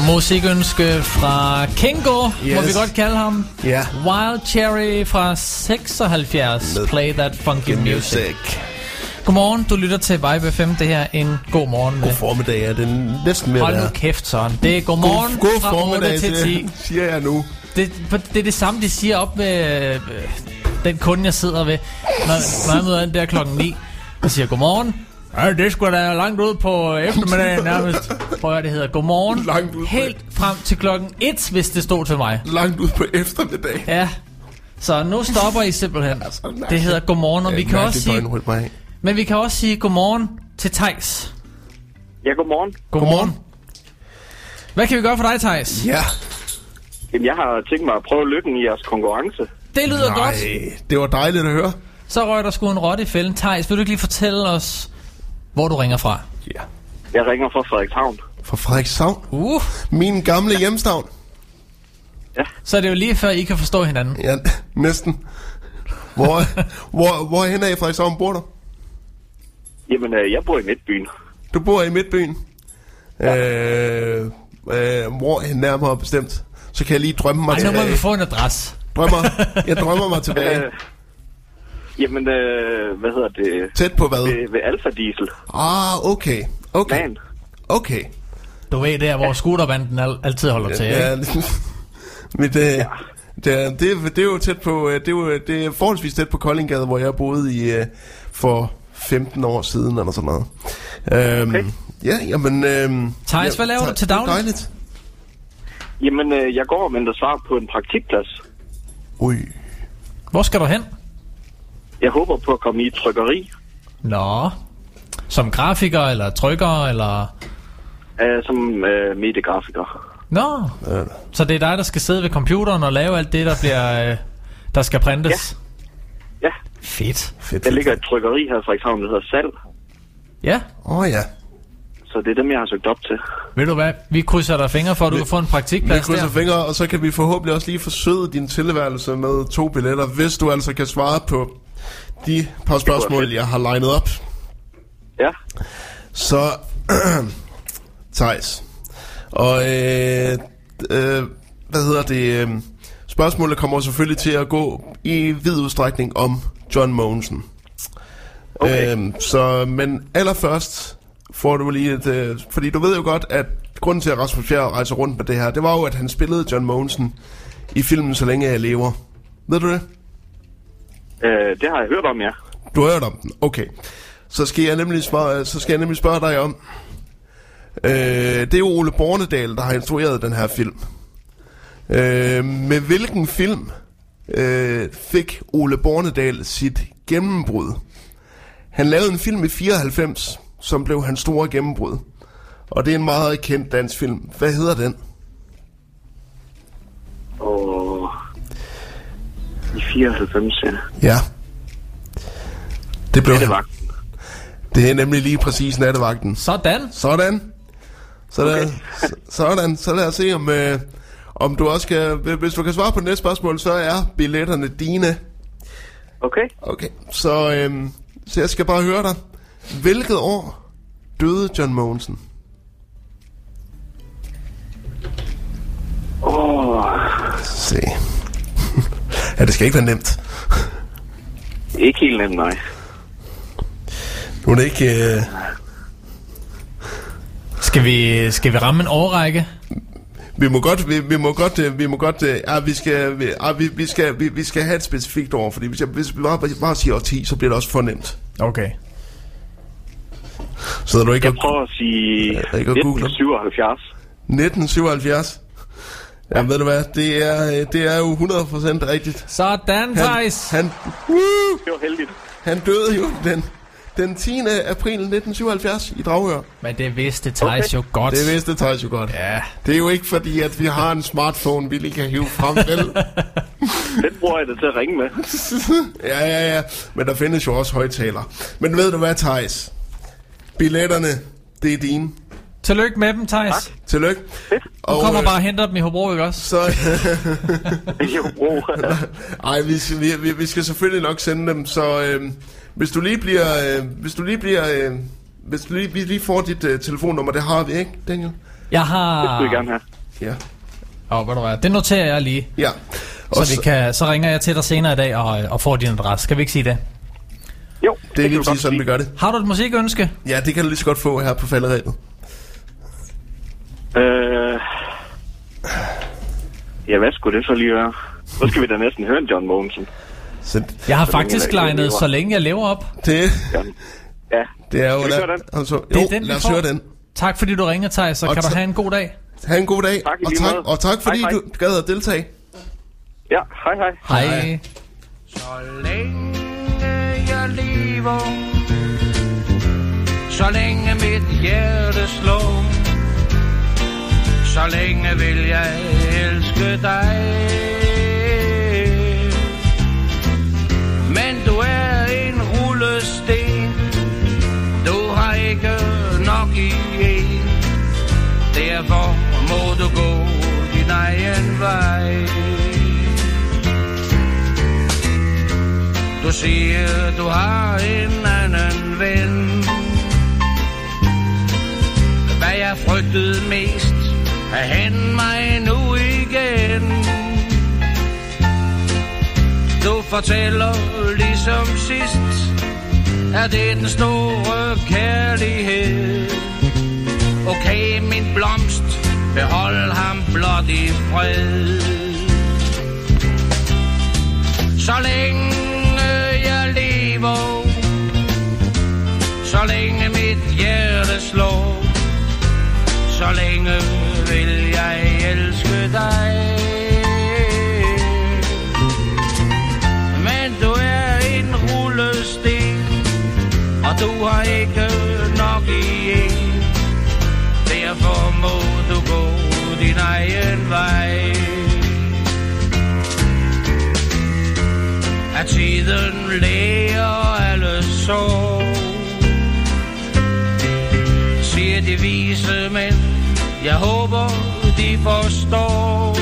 Musikønske fra Kingo, Yes. må vi godt kalde ham. Ja. Wild Cherry fra 76. Play that funky music. Godmorgen, du lytter til Vibe FM. Det her er en god morgen. God formiddag er det næsten mere Hold nu kæft, Søren. Det er godmorgen god fra 8 formiddag til 10. det siger jeg nu. Det er det samme, de siger op med den kunde, jeg sidder ved. Når jeg møder den der klokken 9 og siger godmorgen. Ja, det skulle da langt ud på eftermiddagen nærmest. Prøv at det hedder godmorgen. Langt ud helt frem til klokken 1, hvis det stod til mig. Langt ud på eftermiddag. Ja. Så nu stopper I simpelthen. Det hedder godmorgen, og vi kan også sige... Men vi kan også sige godmorgen til Theis. Ja, godmorgen. Godmorgen. Hvad kan vi gøre for dig, Theis? Ja. Jamen, jeg har tænkt mig at prøve lykken i jeres konkurrence. Det lyder godt. Det var dejligt at høre. Så røg der sgu en rotte i fælden. Theis, vil du ikke lige fortælle os, hvor du ringer fra? Ja. Jeg ringer fra Frederikshavn. Fra Frederikshavn? Min gamle hjemstavn. Ja. Så er det jo lige før, I kan forstå hinanden. Ja, næsten. Hvor hen i Frederikshavn bor du? Jamen, jeg bor i Midtbyen. Du bor i Midtbyen? Ja. Hvor hen nærmere bestemt? Så kan jeg lige drømme mig tilbage. Nu må vi få en adresse. Jeg drømmer mig tilbage. Jamen, hvad hedder det? Tæt på hvad? Ved Alfa Diesel. Okay. Man. Okay. Du ved, det er, hvor scooterbanden altid holder til, ja, ikke? Men det er jo tæt på, det er forholdsvis tæt på Koldinggade, hvor jeg boede i for 15 år siden, eller sådan noget. Okay. Ja, jamen... Theis, hvad laver du til dagligt? Dejligt. Jamen, jeg går og venter svar på en praktikplads. Ui. Hvor skal du hen? Jeg håber på at komme i et trykkeri. Nå. Som grafiker, eller trykker, eller... Som mediegrafiker. Nå. Så det er dig, der skal sidde ved computeren og lave alt det, der bliver... der skal printes? Ja. Fedt. Der ligger et trykkeri her i Frederikshavn, der hedder Salg. Ja. Ja. Så det er dem, jeg har søgt op til. Ved du hvad? Vi krydser dig fingre for, at du kan få en praktikplads der. Vi krydser fingre, og så kan vi forhåbentlig også lige forsøge din tilværelse med 2 billetter, hvis du altså kan svare på de par spørgsmål, jeg har legnet op. Ja. Så, Theis. Og, spørgsmålet kommer selvfølgelig til at gå i vid udstrækning om John Mogensen. Okay. Men allerførst får du lige et... fordi du ved jo godt, at grunden til, at Rasmus Fjerg rejser rundt med det her, det var jo, at han spillede John Mogensen i filmen Så længe jeg lever. Ved du det? Det har jeg hørt om, ja. Du har hørt om den? Okay. Så skal jeg nemlig spørge dig om... det er jo Ole Bornedal, der har instrueret den her film. Med hvilken film fik Ole Bornedal sit gennembrud? Han lavede en film i 94, som blev hans store gennembrud. Og det er en meget kendt dansk film. Hvad hedder den? I 94, ja. Ja. Det blev Nattevagten. Det er nemlig lige præcis Nattevagten. Sådan. Så lad os se om du også kan... Hvis du kan svare på det næste spørgsmål, så er billetterne dine. Okay. Så jeg skal bare høre dig. Hvilket år døde John Mogensen? Se. Ja, det skal ikke være nemt. Ikke helt nemt, nej. Nu er det ikke... Skal vi ramme en årrække? Vi skal have et specifikt år, fordi hvis vi bare siger år 10, så bliver det også for nemt. Okay. Så du ikke jeg prøver at sige 1977. 1977? Ja, ved du hvad, det er jo 100% rigtigt. Sådan, Theis. Det var heldigt. Han døde jo den 10. april 1977 i Dragør. Men det vidste Theis jo godt. Det vidste Theis jo godt. Ja. Det er jo ikke fordi, at vi har en smartphone, vi lige kan hive frem, vel? Den bruger jeg det til at ringe med. Ja. Men der findes jo også højtalere. Men ved du hvad, Theis? Billetterne, det er dine. Tillykke med dem, Theis. Tak. Tillykke. Du kommer bare og henter dem i Hobro, ikke også? Så... I Hobro. Ej, vi skal selvfølgelig nok sende dem, så hvis du lige får dit telefonnummer, det har vi, ikke, Daniel? Jeg har... Det skulle jeg gerne have. Ja. Ved du hvad, det noterer jeg lige. Ja. Så ringer jeg til dig senere i dag og får din adresse. Skal vi ikke sige det? Jo, det er lige præcis sådan, vi gør det. Har du et musikønske? Ja, det kan du lige så godt få her på falderebet. Ja, hvad skulle det så lige være? Så skal vi da næsten høre en John Mogensen. Jeg har faktisk legnet Så længe jeg lever op. Det er jo... Skal vi høre den? Altså, Det er den, lad os høre den. Tak fordi du ringer, Thijs, så kan du have en god dag. Ha' en god dag, Tak, og tak fordi hej. du gad at deltage. Ja, hej. Hej. Så længe jeg lever, så længe mit hjerte slår, så længe vil jeg elske dig. Men du er en rullesten, du har ikke nok i en, derfor må du gå din egen vej. Du siger, du har en anden ven. Hvad jeg frygtede mest, er hen mig nu igen. Du fortæller ligesom sidst, at det er den store kærlighed. Okay, min blomst, behold ham blot i fred. Så længe jeg lever, så længe mit hjerte slår, så længe vil jeg elske dig. Men du er en rullesten, og du har ikke nok i en, derfor må du gå din egen vej. At tiden læger alle sår, siger de vise mænd, jeg håber de forstår,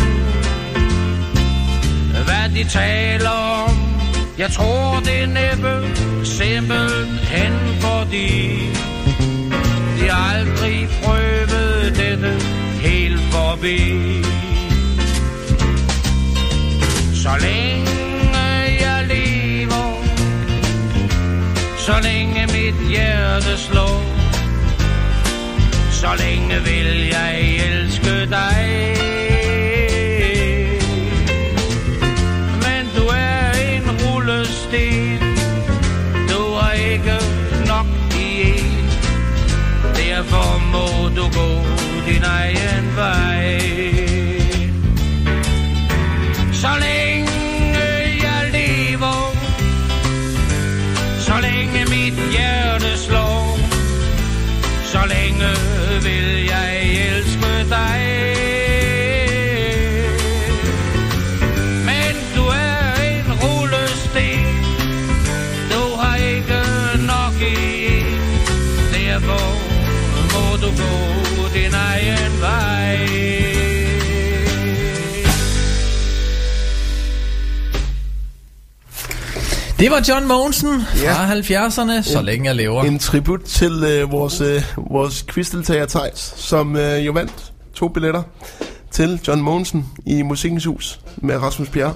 hvad de taler om. Jeg tror det er næppe simpelthen fordi de aldrig prøvede dette helt forbi. Så længe jeg lever, så længe mit hjerte slår, så længe vil jeg elske dig. Men du er en rullesten, du har ikke nok i en, derfor må du gå din egen vej. Så længe jeg lever, så længe mit hjerte slår, så længe vil jeg elske dig. Men du er en rullesten, du har ikke nok i en, derfor må du gå din egen vej. Det var John Mogensen fra 70'erne, så længe jeg lever. En tribut til vores quizdeltager Thijs, som jo vandt 2 billetter til John Mogensen i Musikkens Hus med Rasmus Bjerre.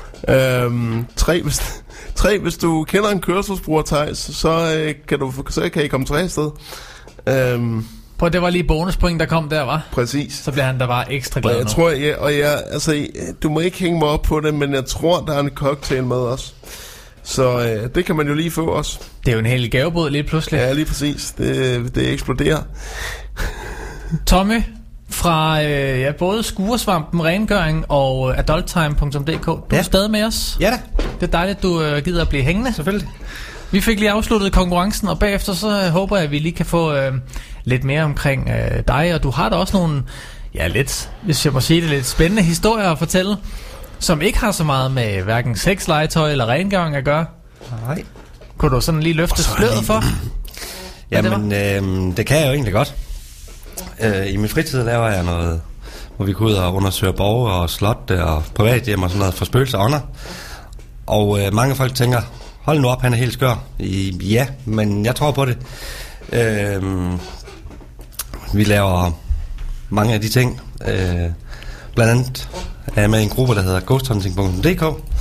3, hvis du kender en kørselsbruger, Thijs, så kan I komme 3 afsted. Prøv, det var lige bonuspoint, der kom der, var. Præcis. Så bliver han der bare ekstra glad. Jeg tror, du må ikke hænge mig op på det, men jeg tror, der er en cocktail med os. Så det kan man jo lige få også. Det er jo en hel gavebåd lige pludselig. Ja, lige præcis. Det eksploderer. Tommy fra både Skuresvampen, Rengøring og adulttime.dk. Du er stadig med os. Ja da. Det er dejligt, du gider at blive hængende. Selvfølgelig. Vi fik lige afsluttet konkurrencen, og bagefter så håber jeg, at vi lige kan få lidt mere omkring dig. Og du har da også nogle, lidt, hvis jeg må sige det, lidt spændende historier at fortælle, som ikke har så meget med hverken sexlegetøj eller rengøring at gøre. Nej. Kunne du sådan lige løfte sløret for? Jamen, det kan jeg jo egentlig godt. I min fritid laver jeg noget, hvor vi går ud og undersøger borge og slotte og privathjem og sådan noget for spøgelser og ånder. Og mange folk tænker, hold nu op, han er helt skør. Ja, men jeg tror på det. Vi laver mange af de ting. Blandt andet er jeg med i en gruppe, der hedder ghosthunting.dk.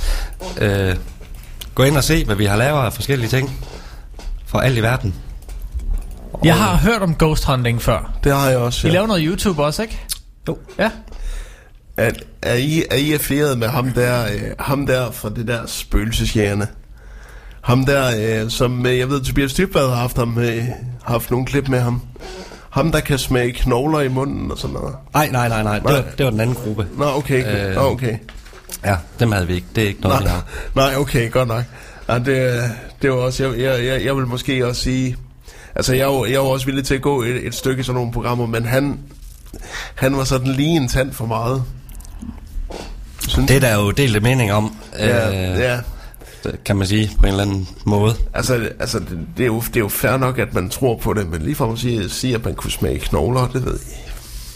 Gå ind og se, hvad vi har lavet af forskellige ting for alt i verden. Jeg har hørt om ghost hunting før. Det har jeg også, I laver noget YouTube også, ikke? Jo. Ja. Er I affilieret med ham der fra det der spøgelsesjægerne? Ham der, som jeg ved, Tobias Dybvad har haft nogle klip med ham. Ham, der kan smage knogler i munden og sådan noget. Nej. Det var den anden gruppe. Nå, okay. Okay. Ja, dem havde vi ikke. Det er ikke noget, vi har. Nej, okay, godt nok. Ja, det var også... Jeg vil måske også sige... Altså, jeg er jo også villig til at gå et stykke i sådan nogle programmer, men han var sådan lige en tand for meget. Synes det er der jo delte mening om. Ja. Kan man sige, på en eller anden måde. Altså det er jo fair nok, at man tror på det, men lige for at sige, at man kunne smage knogler, det ved jeg.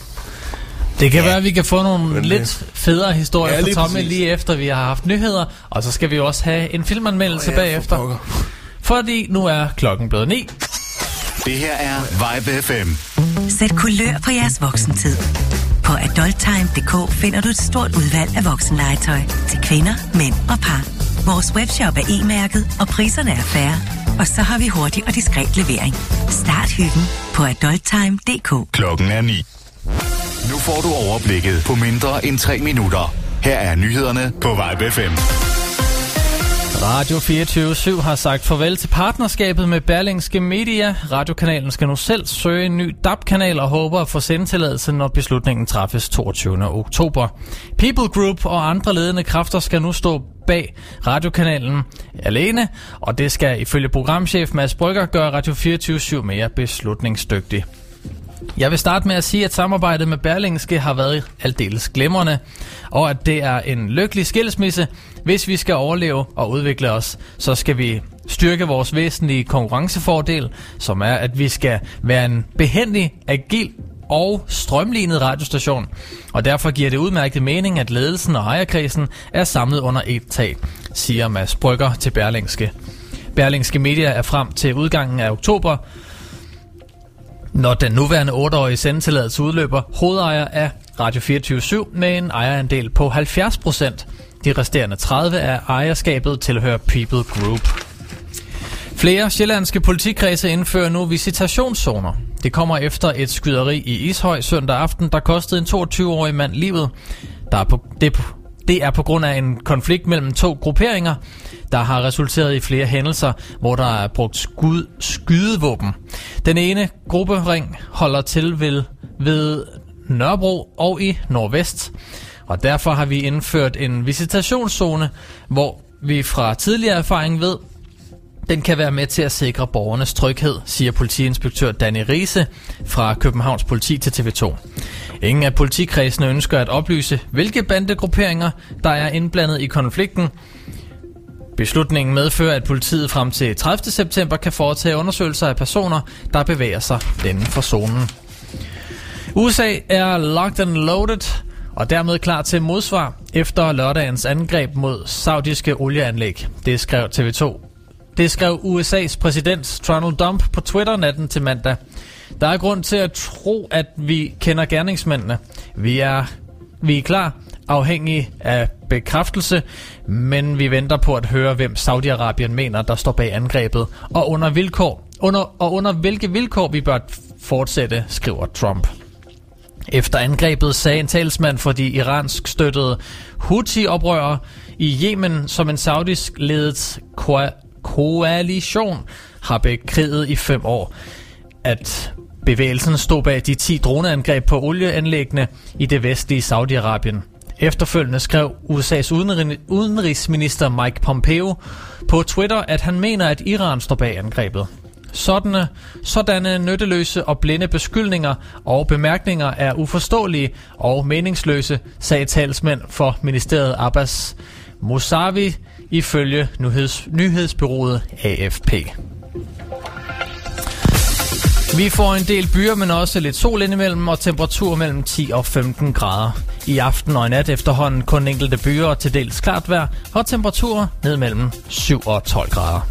Det kan være, at vi kan få nogle lidt federe historier fra Tommy præcis. lige efter, vi har haft nyheder. Og så skal vi også have en filmanmeldelse bagefter. Fordi nu er klokken blevet 9. Det her er Vibe FM. Sæt kulør på jeres voksentid. På adulttime.dk finder du et stort udvalg af voksenlegetøj til kvinder, mænd og par. Vores webshop er e-mærket, og priserne er fair. Og så har vi hurtig og diskret levering. Start hyggen på adulttime.dk. Klokken er 9. Nu får du overblikket på mindre end 3 minutter. Her er nyhederne på Vibe FM. Radio 24/7 har sagt farvel til partnerskabet med Berlingske Media. Radiokanalen skal nu selv søge en ny DAB-kanal og håber at få sendetilladelse, når beslutningen træffes 22. oktober. People Group og andre ledende kræfter skal nu stå bag radiokanalen alene, og det skal ifølge programchef Mads Brygger gøre Radio 24/7 mere beslutningsdygtig. Jeg vil starte med at sige, at samarbejdet med Berlingske har været aldeles glimrende, og at det er en lykkelig skilsmisse. Hvis vi skal overleve og udvikle os, så skal vi styrke vores væsentlige konkurrencefordel, som er, at vi skal være en behændig, agil og strømlignet radiostation. Og derfor giver det udmærket mening, at ledelsen og ejerkredsen er samlet under et tag, siger Mads Brygger til Berlingske. Berlingske Media er frem til udgangen af oktober, når den nuværende 8-årige sendetilladelse udløber, hovedejer af Radio 24/7 med en ejerandel på 70%. De resterende 30% af ejerskabet tilhører People Group. Flere sjællandske politikredse indfører nu visitationszoner. Det kommer efter et skyderi i Ishøj søndag aften, der kostede en 22-årig mand livet. Det er på grund af en konflikt mellem to grupperinger, der har resulteret i flere hændelser, hvor der er brugt skydevåben. Den ene gruppering holder til ved Nørrebro og i Nordvest. Og derfor har vi indført en visitationszone, hvor vi fra tidligere erfaring ved, den kan være med til at sikre borgernes tryghed, siger politiinspektør Danny Riese fra Københavns Politi til TV2. Ingen af politikredsene ønsker at oplyse, hvilke bandegrupperinger, der er indblandet i konflikten. Beslutningen medfører, at politiet frem til 30. september kan foretage undersøgelser af personer, der bevæger sig inden for zonen. USA er locked and loaded og dermed klar til modsvar efter lørdagens angreb mod saudiske olieanlæg. Det skrev TV2. Det skrev USA's præsident Donald Trump på Twitter natten til mandag. Der er grund til at tro, at vi kender gerningsmændene. Vi er klar, afhængige af bekræftelse, men vi venter på at høre, hvem Saudi-Arabien mener, der står bag angrebet, og under hvilke vilkår vi bør fortsætte, skriver Trump. Efter angrebet sagde en talsmand for de iransk støttede Houthi-oprørere i Yemen, som en saudisk ledet koalition har bekriget i 5 år, at bevægelsen stod bag de 10 droneangreb på olieanlæggene i det vestlige Saudi-Arabien. Efterfølgende skrev USA's udenrigsminister Mike Pompeo på Twitter, at han mener, at Iran står bag angrebet. Sådanne nytteløse og blinde beskyldninger og bemærkninger er uforståelige og meningsløse, sagde talsmænd for ministeriet Abbas Mousavi ifølge nyhedsbureauet AFP. Vi får en del byer, men også lidt sol indimellem og temperatur mellem 10 og 15 grader. I aften og i nat efterhånden kun enkelte byer og til dels klart vejr og temperaturer ned mellem 7 og 12 grader.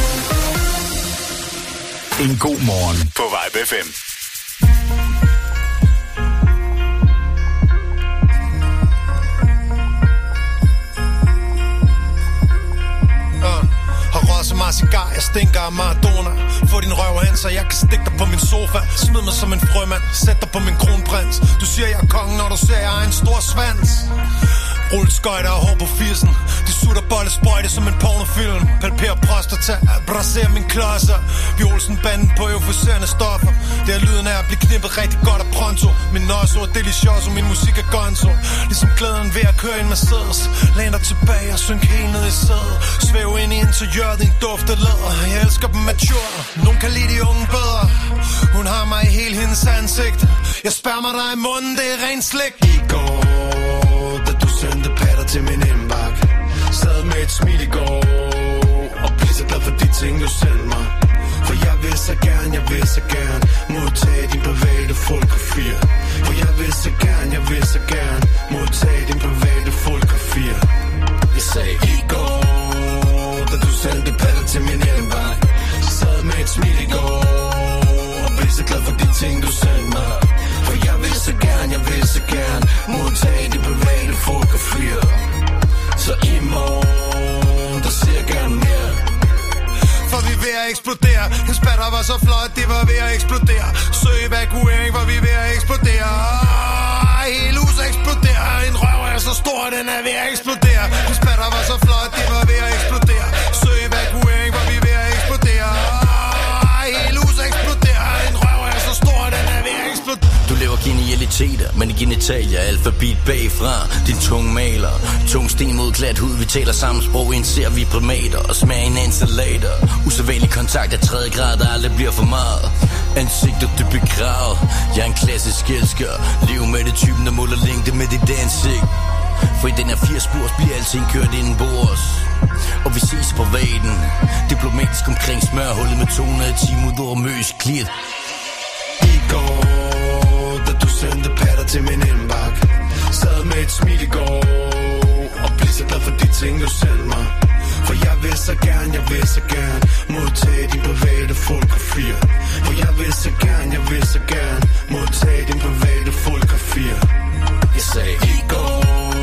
En god morgen på Vibe FM. mig cigar, jeg stinker af Maradona. Få din røv hen, så jeg kan stikke dig på min sofa. Smid mig som en frømand, sæt dig på min kronprins. Du siger jeg er kongen, når du ser jeg har en stor svans. Rulleskøjter og hår på firsen. De sutter bollesprøjte som en pornofilm. Palperer prostata, braserer min klodser. Vi Olsen-banden på euforiserende stoffer. Det er lyden af at blive knippet rigtig godt af pronto. Min nosso er delicioso, min musik er gonzo. Ligesom glæden ved at køre en Mercedes. Læn dig tilbage og synk helt ned i sædet. Svæv ind i interiøret, din duft af læder. Jeg elsker dem mature. Nogen kan lide de unge bedre. Hun har mig i hele hendes ansigt. Jeg spærmer dig i munden, det er ren slik. I går, da du sendte patter til min indbakke, sad med et smil i går og blev så glad for de ting du sendte mig. For jeg vil så gerne modtage din private fotografier. For jeg vil så gerne modtage din private fotografier. Jeg sagde i går, da du sendte patter til min indbakke, sad med et smil i går og blev så glad for de ting du sendte mig. For jeg vil så gerne modtage de private fotografier. Så i morgen, der ser jeg gerne mere. For vi er ved at eksplodere. Hendes batter var så flot, det var ved at eksplodere. Søg evakuering, for vi er ved at eksplodere. Hele huset eksploderer. En røv er så stor, den er ved at eksplodere. Hendes batter var så flot, det var ved at eksplodere. Søg evakuering, for vi er ved at eksplodere. Hele huset eksploderer. En røv er så stor, den er ved at eksplodere. Du laver genialiteter, men i genitalia alfabet bagfra. Din tunge maler, tung sten mod glat hud. Vi taler samme sprog, indser vi primater og smagen af installater. Usædvanlig kontakt af 3. grad, der aldrig bliver for meget. Ansigter du begravet. Jeg er en klassisk elsker. Lev med det typen, der måler længde med dit ansigt. For i den her 80-spurs bliver alting kørt indenbords. Og vi ses på vaden. Diplomatisk omkring smørhullet med 210 mod over møs klit. I går, da du sendte patter til min indbakke, sad med et smil i går og blev så glad for de ting du sendte mig. For jeg vil så gerne modtage din private fotografier. For jeg vil så gerne modtage din private fotografier. Jeg sagde i går,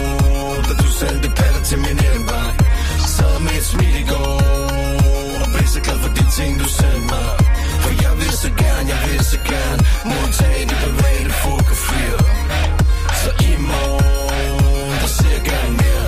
da du sendte patter til min indbakke, sad med et smil i går og blev så glad for de ting du sendte mig. For jeg vil så gerne modtage de private fotografier. Så i morgen, der ser jeg gerne mere.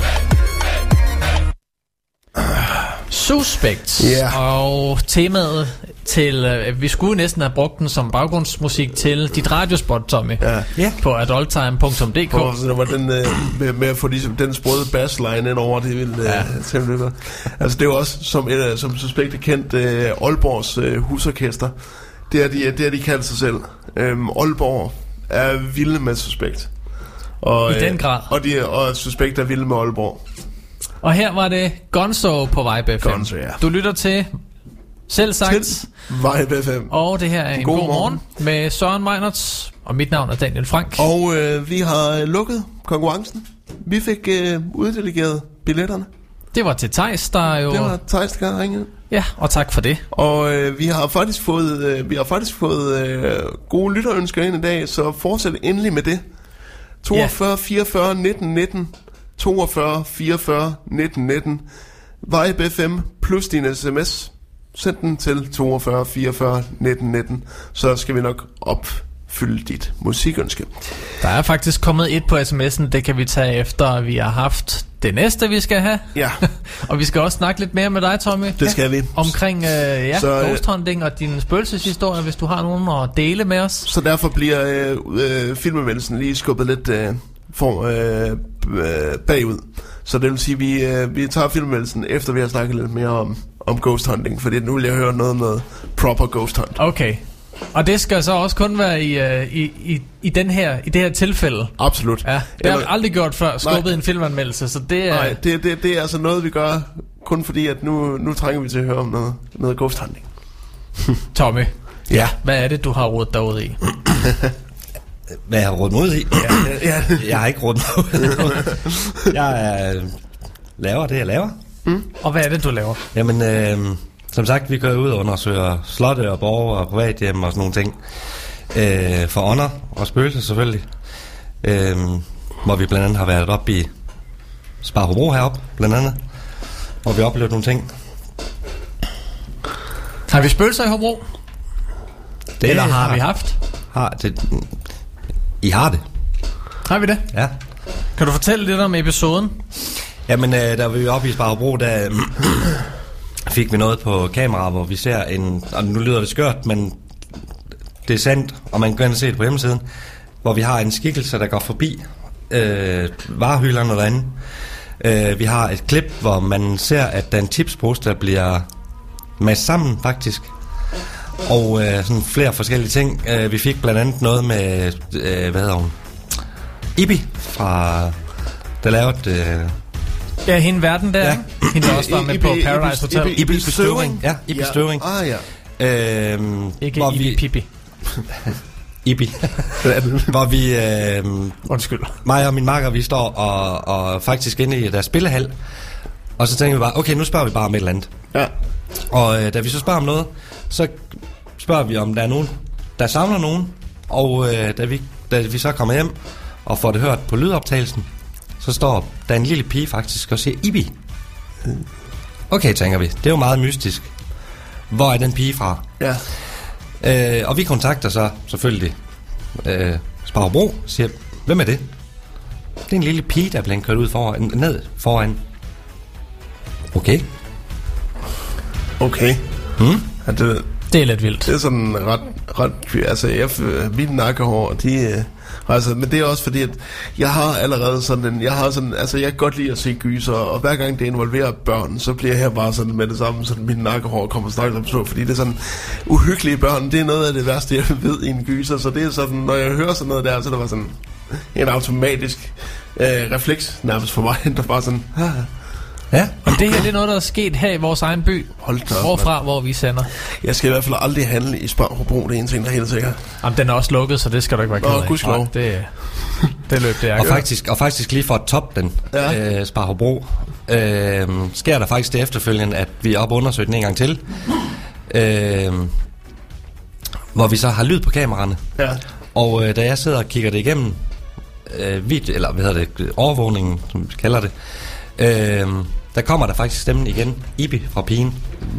Suspect. Yeah. Og temaet til vi skulle næsten have brugt den som baggrundsmusik til dit radiospot, Tommy. Ja. På adulttime.dk. Så der var den med at få den sprøde bassline ind over, det ville temmelig godt. Altså det er jo også som Suspect er kendt Aalborgs husorkester. Det er de kalder sig selv. Aalborg er vilde med Suspect. Og, i den grad. Og Suspect er vilde med Aalborg. Og her var det Gonzo på Vibe FM. Gonzo, ja. Du lytter til Selvsagt Vibe FM. Og det her er en god morgen med Søren Meinerts. Og mit navn er Daniel Frank. Og vi har lukket konkurrencen. Vi fik uddelegeret billetterne. Det var til Theis, der jo... Det var Theis, der ringede. Ja, og tak for det. Og vi har faktisk fået gode lytterønsker ind i dag, så fortsæt endelig med det. 42 44 19 19 42 44 19 19 Vibe FM plus din sms. Send den til 42 44 19 19. Så skal vi nok opfylde dit musikønske. Der er faktisk kommet et på sms'en. Det kan vi tage efter vi har haft det næste vi skal have. Ja. Og vi skal også snakke lidt mere med dig, Tommy. Det skal vi. Omkring ghost hunting og din spøgelseshistorie, hvis du har nogen at dele med os. Så derfor bliver filmanmeldelsen lige skubbet lidt bagud. Så det vil sige at vi tager filmanmeldelsen efter vi har snakket lidt mere om ghost hunting, fordi nu vil jeg høre noget proper ghost hunt. Okay. Og det skal så også kun være i det her tilfælde. Absolut. Ja, det har vi aldrig gjort før, skubbet en filmanmeldelse, så det er... Nej, det er altså noget vi gør kun fordi at nu trænger vi til at høre om noget ghost hunting. Tommy. Ja. Hvad er det du har rodet dig ud i? Hvad jeg har rodet mig ud i? Ja. Jeg har ikke rodet mig ud. Jeg laver det jeg laver. Og hvad er det du laver? Jamen som sagt, vi kører ud og undersøger slotte og borger og privathjem og sådan nogle ting. For ånder og spøgelser selvfølgelig. Hvor vi blandt andet har været oppe i Spar Hobro heroppe, blandt andet. Hvor vi oplevede nogle ting. Har vi spøgelser i Hobro? Eller har vi haft? I har det. Har vi det? Ja. Kan du fortælle lidt om episoden? Jamen, da vi var oppe i Sparrebro, der fik vi noget på kamera, hvor vi ser en... Og nu lyder det skørt, men det er sandt, og man kan se det på hjemmesiden, hvor vi har en skikkelse, der går forbi varehylderne derinde. Vi har et klip, hvor man ser, at der er en chipspose, der bliver masset sammen, faktisk. Og sådan flere forskellige ting. Vi fik blandt andet noget med, hvad hedder hun? Ibi fra... Der lavede... Ja, hende verden der, ikke? Hende der også var med på Paradise Hotel. Ibi Støvring. Ja, Ibi Støvring. Ikke Ibi Pippi. Ibi. Hvor vi... Undskyld. Mig og min makker, vi står og faktisk inde i deres spillehal. Og så tænker vi bare, okay, nu spørger vi bare om et eller andet. Ja. Og da vi så spørger om noget, så spørger vi, om der er nogen, der savner nogen. Og da vi så kommer hjem og får det hørt på lydoptagelsen, så står der en lille pige faktisk og siger Ibi. Okay, tænker vi. Det er jo meget mystisk. Hvor er den pige fra? Ja. Og vi kontakter så selvfølgelig Sparrebro og siger, hvem er det? Det er en lille pige, der er blevet kørt ud ned foran. Okay. Ja, det er lidt vildt. Det er sådan ret altså mit nakkehår, de altså, men det er også fordi, at jeg har allerede sådan altså jeg kan godt lide at se gyser, og hver gang det involverer børn, så bliver jeg bare sådan med det samme, sådan mit nakkehår kommer straks op så, fordi det er sådan uhyggelige børn, det er noget af det værste, jeg ved i en gyser, så det er sådan, når jeg hører sådan noget der, så er der bare sådan en automatisk refleks nærmest for mig, der bare sådan, Ja, og det her det er noget, der er sket her i vores egen by. Hvorfra, hvor vi sender. Jeg skal i hvert fald aldrig handle i Sparrebro, det er en ting, der er helt sikkert. Jamen, den er også lukket, så det skal du ikke være ked af. Gudskelov. Det løb det, og faktisk lige for at toppe den, Sparrebro, sker der faktisk det efterfølgende, at vi er oppe og undersøger den en gang til. Hvor vi så har lyd på kameraerne. Ja. Og da jeg sidder og kigger det igennem, overvågningen, som vi kalder det, der kommer der faktisk stemmen igen. Ibi fra pigen.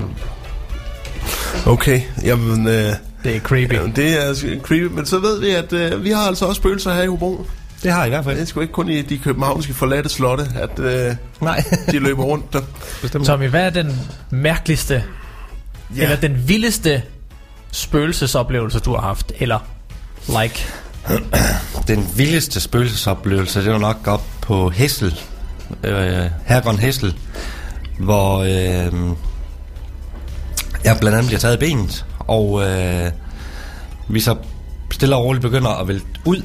Okay, jamen... det er creepy. Jamen, det er creepy, men så ved vi, at vi har altså også spøgelser her i Hobro. Det har I hvert fald. Det er sgu ikke kun i de københavnske forladte slotte, at nej. De løber rundt der. Tommy, hvad er den mærkeligste, eller den vildeste spøgelsesoplevelse, du har haft? Eller like? Den vildeste spøgelsesoplevelse, det var nok op på Hessel. Herregården Hessel, hvor jeg blandt andet bliver taget i benet, og vi så stille og roligt begynder at vælte ud,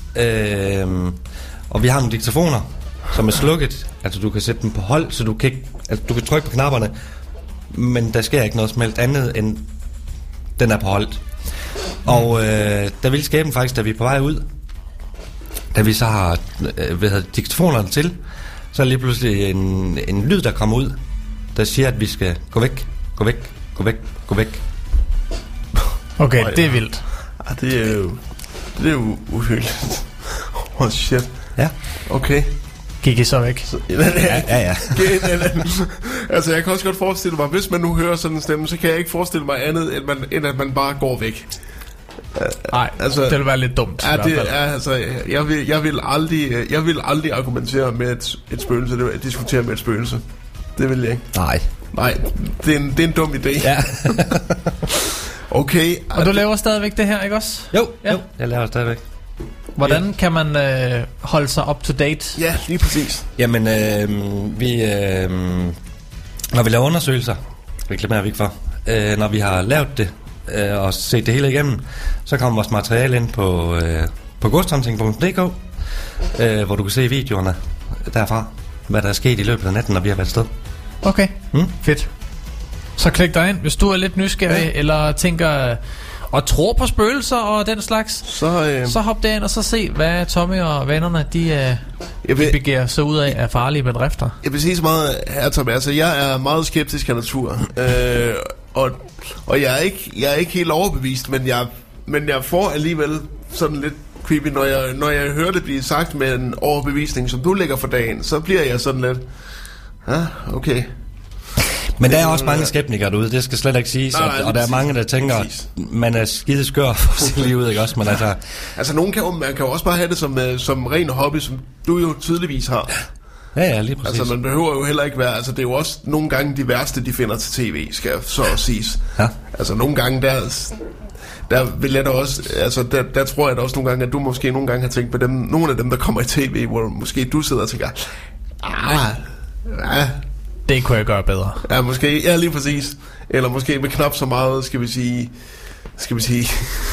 og vi har nogle diktafoner, som er slukket, altså du kan sætte dem på hold, så du kan trykke på knapperne, men der sker ikke noget som helst andet end den er på hold. Og der vil skæbnen faktisk, da vi er på vej ud, da vi så har diktafonerne til, så er lige pludselig en lyd, der kommer ud, der siger, at vi skal gå væk, gå væk, gå væk, gå væk. Okay, det er vildt. Ja, det er jo uhyggeligt. Oh shit. Ja. Okay. Gik I så væk? Ja. Altså, jeg kan også godt forestille mig, hvis man nu hører sådan en stemme, så kan jeg ikke forestille mig andet, end at man bare går væk. Nej, altså, det vil være lidt dumt. Ja, det er altså, jeg vil aldrig argumentere med et spøgelse, det vil diskutere med et spøgelse. Det vil jeg ikke. Nej, det er en dum idé. Ja. Okay. Og du laver stadigvæk det her, ikke også? Jo, jeg laver stadigvæk. Hvordan kan man holde sig up to date? Ja, lige præcis. Jamen, når vi laver undersøgelser, reklamerer vi ikke for, når vi har lavet det, og set det hele igennem, så kommer vores materiale ind på ghosthunting.dk, hvor du kan se videoerne derfra, hvad der er sket i løbet af natten, når vi har været afsted. Okay, fedt. Så klik dig ind, hvis du er lidt nysgerrig, eller tænker og tror på spøgelser og den slags, så hop derind og så se, hvad Tommy og vennerne, de begiver sig ud af farlige bedrifter. Jeg vil sige så meget her, Tommy, altså jeg er meget skeptisk af natur, og jeg er ikke helt overbevist, men jeg får alligevel sådan lidt creepy, når jeg hører det blive sagt med en overbevisning, som du lægger for dagen, så bliver jeg sådan lidt, okay. Men der er også mange skeptikere derude, det skal slet ikke siges. Nej, og der er mange, der tænker, man er skide skør for sit liv, ikke også? Men altså man kan jo også bare have det som ren hobby, som du jo tydeligvis har. Ja, lige præcis. Altså man behøver jo heller ikke være, altså det er jo også nogle gange de værste, de finder til tv, skal så siges. Ja. Altså nogle gange der vil jeg da også, altså der tror jeg da også nogle gange, at du måske nogle gange har tænkt på dem, nogle af dem, der kommer i tv, hvor måske du sidder og tænker, det kunne jeg gøre bedre. Ja, måske, ja lige præcis. Eller måske med knap så meget, skal vi sige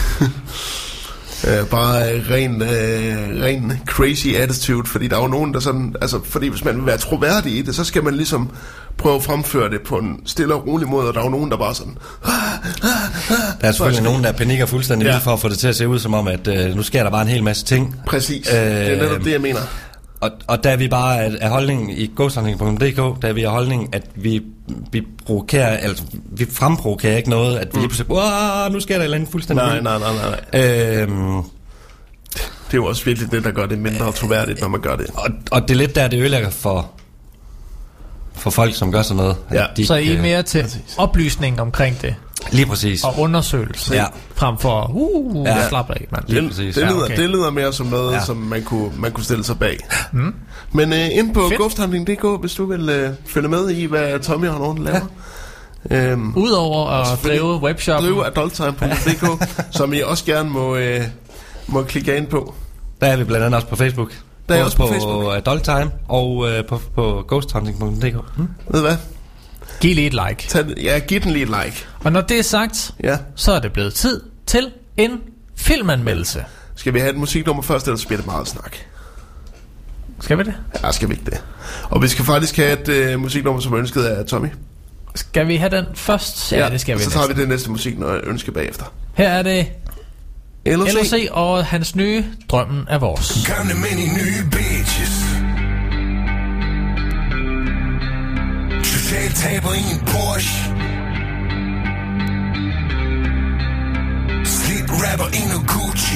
bare ren crazy attitude, fordi der er jo nogen, der sådan, altså fordi hvis man vil være troværdig i det, så skal man ligesom prøve at fremføre det på en stille og rolig måde, og der er jo nogen, der bare sådan der er selvfølgelig nogen, der panikker fuldstændig vildt for at få det til at se ud som om, at nu sker der bare en hel masse ting. Præcis, det er netop det, jeg mener. Og der er vi bare af holdningen i ghosthunting.dk, der er vi af holdningen, at vi provokerer, altså vi fremprovokerer ikke noget, at vi lige pludselig, nu sker der et eller andet fuldstændig. Nej. Det er jo også virkelig det, der gør det mindre troværdigt, når man gør det. Og det er lidt der, det ødelægger for folk, som gør sådan noget. Ja. Så I er mere til oplysning omkring det? Lige præcis. Og undersøgelse, frem for slap af, mand. Det lyder mere som noget, som man kunne stille sig bag. Men ind på ghosthunting.dk, hvis du vil følge med i, hvad Tommy og nogen laver. Udover at drive webshoppen. Drive adulttime.dk, som I også gerne må klikke ind på. Der er vi blandt andet også på Facebook. Der er også på Adulttime og på ghosthunting.dk. Ved du hvad? Giv lige et like. Giv den lige et like. Og når det er sagt, så er det blevet tid til en filmanmeldelse. Skal vi have et musiknummer først, eller bliver det meget snak? Skal vi det? Ja, skal vi ikke det. Og vi skal faktisk have et musiknummer, som ønsket af Tommy. Skal vi have den først? Ja, det skal vi. Så tager vi det næste musikønske bagefter. Her er det LOC og hans nye Drømmen er vores. Gamle mænd i nye bitches. Totalt taber i en Porsche. Slidt rapper i noget Gucci.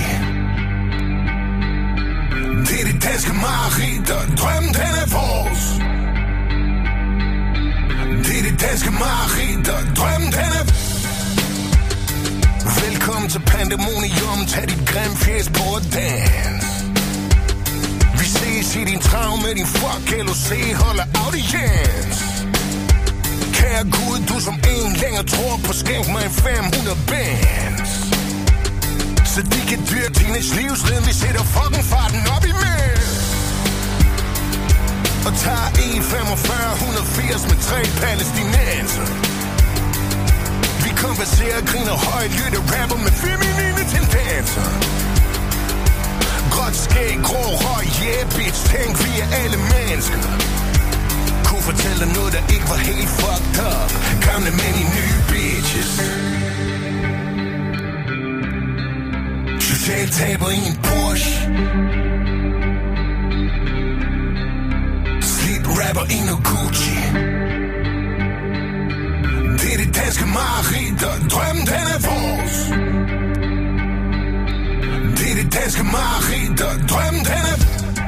Det er det danske mareridt, og drømmen den er vores. Det er det danske mareridt, og drømmen den er vores. Velkommen til Pandemonium, tag dit grimme fjes på og dans. Vi ses i din traum med din fuck LOC, holder audiens. Kære Gud, du som en længere tror på, skænk mig 500 bands. Så de kan dyrke teenage livsriden, vi sætter fucking farten op i mænd. Og tager E45 180 med 3 palæstinenser. Konverserer, griner højt, lytter rapper med feminine tendenser. Gråt skæg, grå røg, yeah bitch, tænk vi er alle mennesker. Kunne fortælle dig noget, der ikke var helt fucked up. Gamle mænd i nye bitches. Totalt taber i en Porsche. Slidt rapper i noget Gucci. Det er det danske mareridt, og drømmen den er vores. Det er det danske mareridt, og drømmen den er.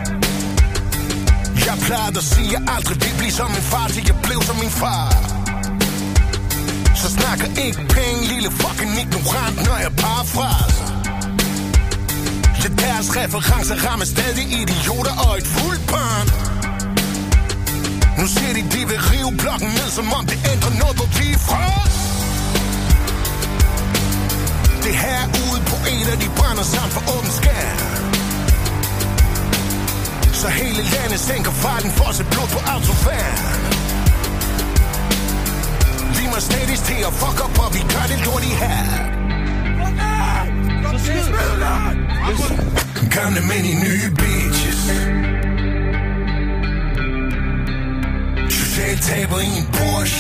Jeg plejede at sige, at jeg aldrig vil blive som min far, til jeg blev som min far. Så snakker ikke penge, lille fucking ignorant, når jeg parafraser. Ja, deres referencer rammer stadig idioter og et fuldt barn. Nu siger de vil rive blokken ned, som om det ændrer noget, hvor vi er fra. Det her ude på et af de brænder sammen for åben skær. Så hele landet sænker farten for at se blod på autofærd. Vi må stadig til at fuck op, og vi gør det lort i her. Gamle mænd i nye bitches. Totalt taber i en Porsche.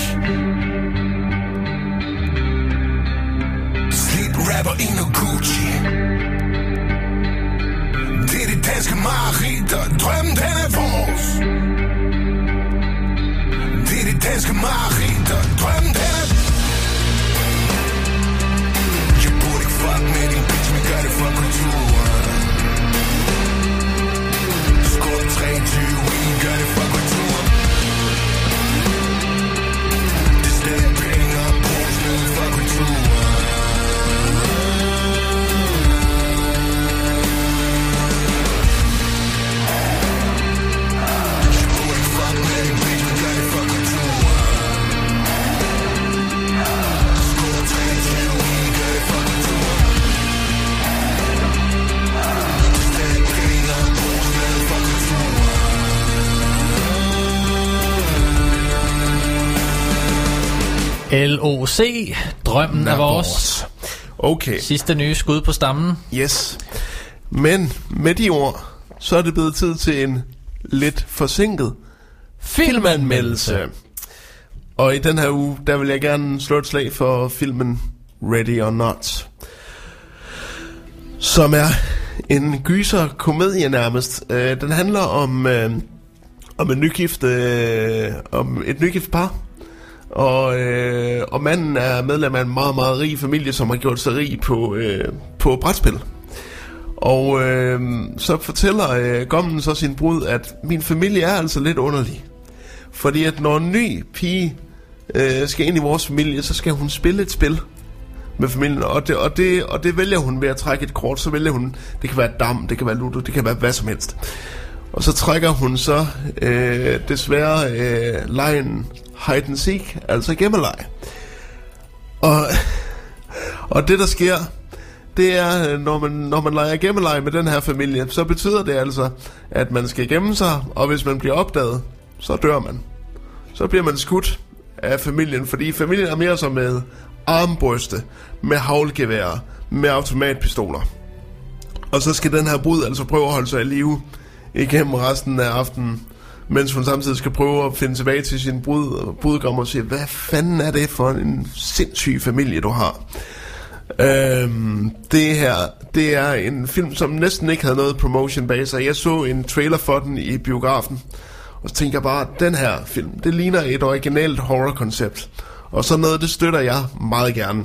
Slidt rapper i noget Gucci. Det er det danske mareridt, og drømmen den er vores. Det er det danske mareridt, og drømmen den er. Jeg burde ikke fuck med din bitch, men gør det for kulturen. Skål 23, vi gør det for kulturen. LOC, drømmen er vores. Okay. Sidste nye skud på stammen. Yes. Men med de ord, så er det blevet tid til en lidt forsinket filmanmeldelse. Og i den her uge, der vil jeg gerne slå et slag for filmen Ready or Not, som er en gyser-komedie nærmest. Den handler om et nygift par. Og manden er medlem af en meget, meget rig familie, som har gjort sig rig på brætspil. Og så fortæller Gommen så sin brud, at min familie er altså lidt underlig. Fordi at når en ny pige skal ind i vores familie, så skal hun spille et spil med familien. Og det vælger hun ved at trække et kort. Så vælger hun, det kan være dam, det kan være ludo, det kan være hvad som helst. Og så trækker hun så desværre lejen hide and seek, altså gemmeleg. Og det der sker, det er, når man leger gemmeleg med den her familie, så betyder det altså, at man skal gemme sig, og hvis man bliver opdaget, så dør man. Så bliver man skudt af familien, fordi familien er mere som med armbryste, med haglgeværer, med automatpistoler. Og så skal den her brud altså prøve at holde sig i live igennem resten af aftenen, mens hun samtidig skal prøve at finde tilbage til sin brudgom og sige, hvad fanden er det for en sindssyg familie, du har? Det er en film, som næsten ikke havde noget promotion bag sig. Jeg så en trailer for den i biografen, og så tænker jeg bare, den her film, det ligner et originalt horror-koncept. Og sådan noget, det støtter jeg meget gerne.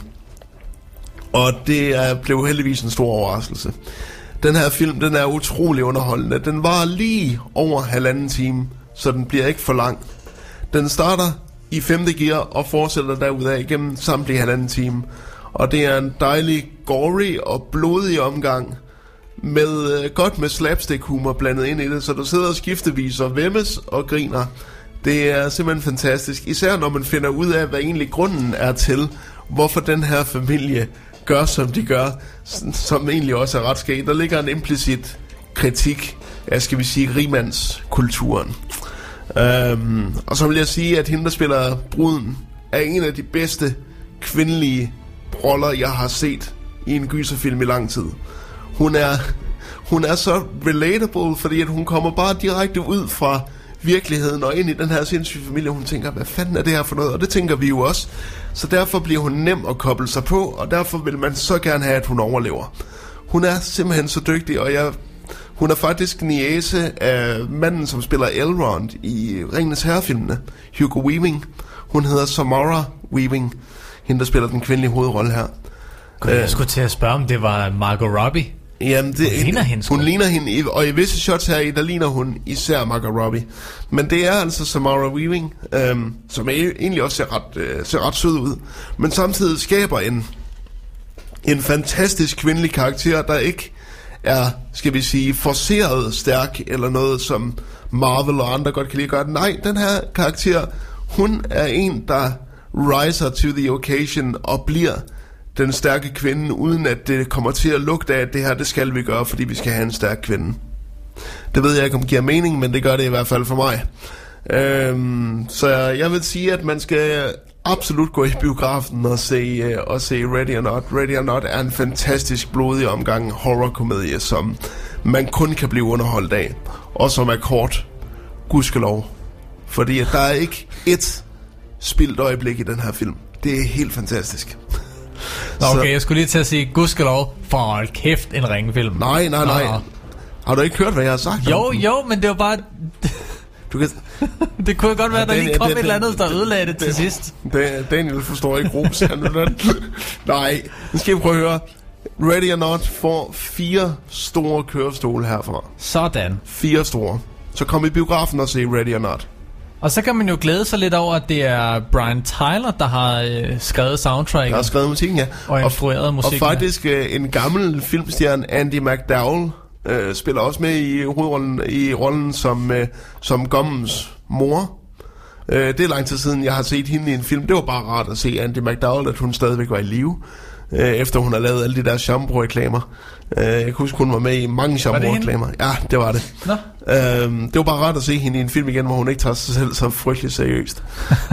Og det blev heldigvis en stor overraskelse. Den her film, den er utrolig underholdende. Den var lige over 1,5 time, så den bliver ikke for lang. Den starter i 5. gear og fortsætter derudaf igennem samtlige 1,5 time. Og det er en dejlig, gory og blodig omgang med slapstick humor blandet ind i det, så du sidder skiftevis og væmmes og griner. Det er simpelthen fantastisk, især når man finder ud af, hvad egentlig grunden er til, hvorfor den her familie gør, som de gør, som egentlig også er ret skægt. Der ligger en implicit kritik af, skal vi sige, rigmandskulturen. Og så vil jeg sige, at hende, der spiller bruden, er en af de bedste kvindelige roller, jeg har set i en gyserfilm i lang tid. Hun er så relatable, fordi at hun kommer bare direkte ud fra virkeligheden og ind i den her sindssyge familie. Hun tænker, hvad fanden er det her for noget? Og det tænker vi jo også. Så derfor bliver hun nem at koble sig på, og derfor vil man så gerne have, at hun overlever. Hun er simpelthen så dygtig, og hun er faktisk niece af manden, som spiller Elrond i Ringenes Herre-filmene, Hugo Weaving. Hun hedder Samara Weaving, hende der spiller den kvindelige hovedrolle her. Jeg skulle til at spørge, om det var Margot Robbie. Jamen, hun ligner hende, og i visse shots her, der ligner hun især Margot Robbie. Men det er altså Samara Weaving, som egentlig også ser ret sød ud, men samtidig skaber en fantastisk kvindelig karakter, der ikke er, skal vi sige, forceret stærk, eller noget som Marvel og andre godt kan lide at gøre. Nej, den her karakter, hun er en, der riser to the occasion og bliver den stærke kvinde, uden at det kommer til at lugte af, at det her, det skal vi gøre, fordi vi skal have en stærk kvinde. Det ved jeg ikke, om det giver mening, men det gør det i hvert fald for mig. Så jeg vil sige, at man skal absolut gå i biografen og se Ready or Not. Ready or Not er en fantastisk blodig omgang horrorkomedie, som man kun kan blive underholdt af, og som er kort, gudskelov. Fordi at der er ikke et spildt øjeblik i den her film. Det er helt fantastisk. Okay, jeg skulle lige til at sige, gudskelov, for kæft en ringefilm. Nej. Har du ikke hørt, hvad jeg har sagt? Jo, men det var bare... Det kunne godt være, der lige kom et eller andet, der ødelagde det til sidst. Daniel forstår ikke ros. Nej, nu skal vi prøve at høre. Ready or Not får 4 store kørestole herfra. Sådan. 4 store. Så kom i biografen og se Ready or Not. Og så kan man jo glæde sig lidt over, at det er Brian Tyler, der har skrevet soundtracken. Der har skrevet musikken, ja. Og instrueret musikken. Og faktisk en gammel filmstjerne, Andy McDowell, spiller også med i rollen som Gommens mor. Det er lang tid siden, jeg har set hende i en film. Det var bare rart at se Andy McDowell, at hun stadigvæk var i live, efter hun har lavet alle de der shampoo-reklamer. Jeg kan huske, hun var med i mange shampoo-reklamer. Ja, det var det. Nå. Det var bare rart at se hende i en film igen, hvor hun ikke tager sig selv så frygteligt seriøst.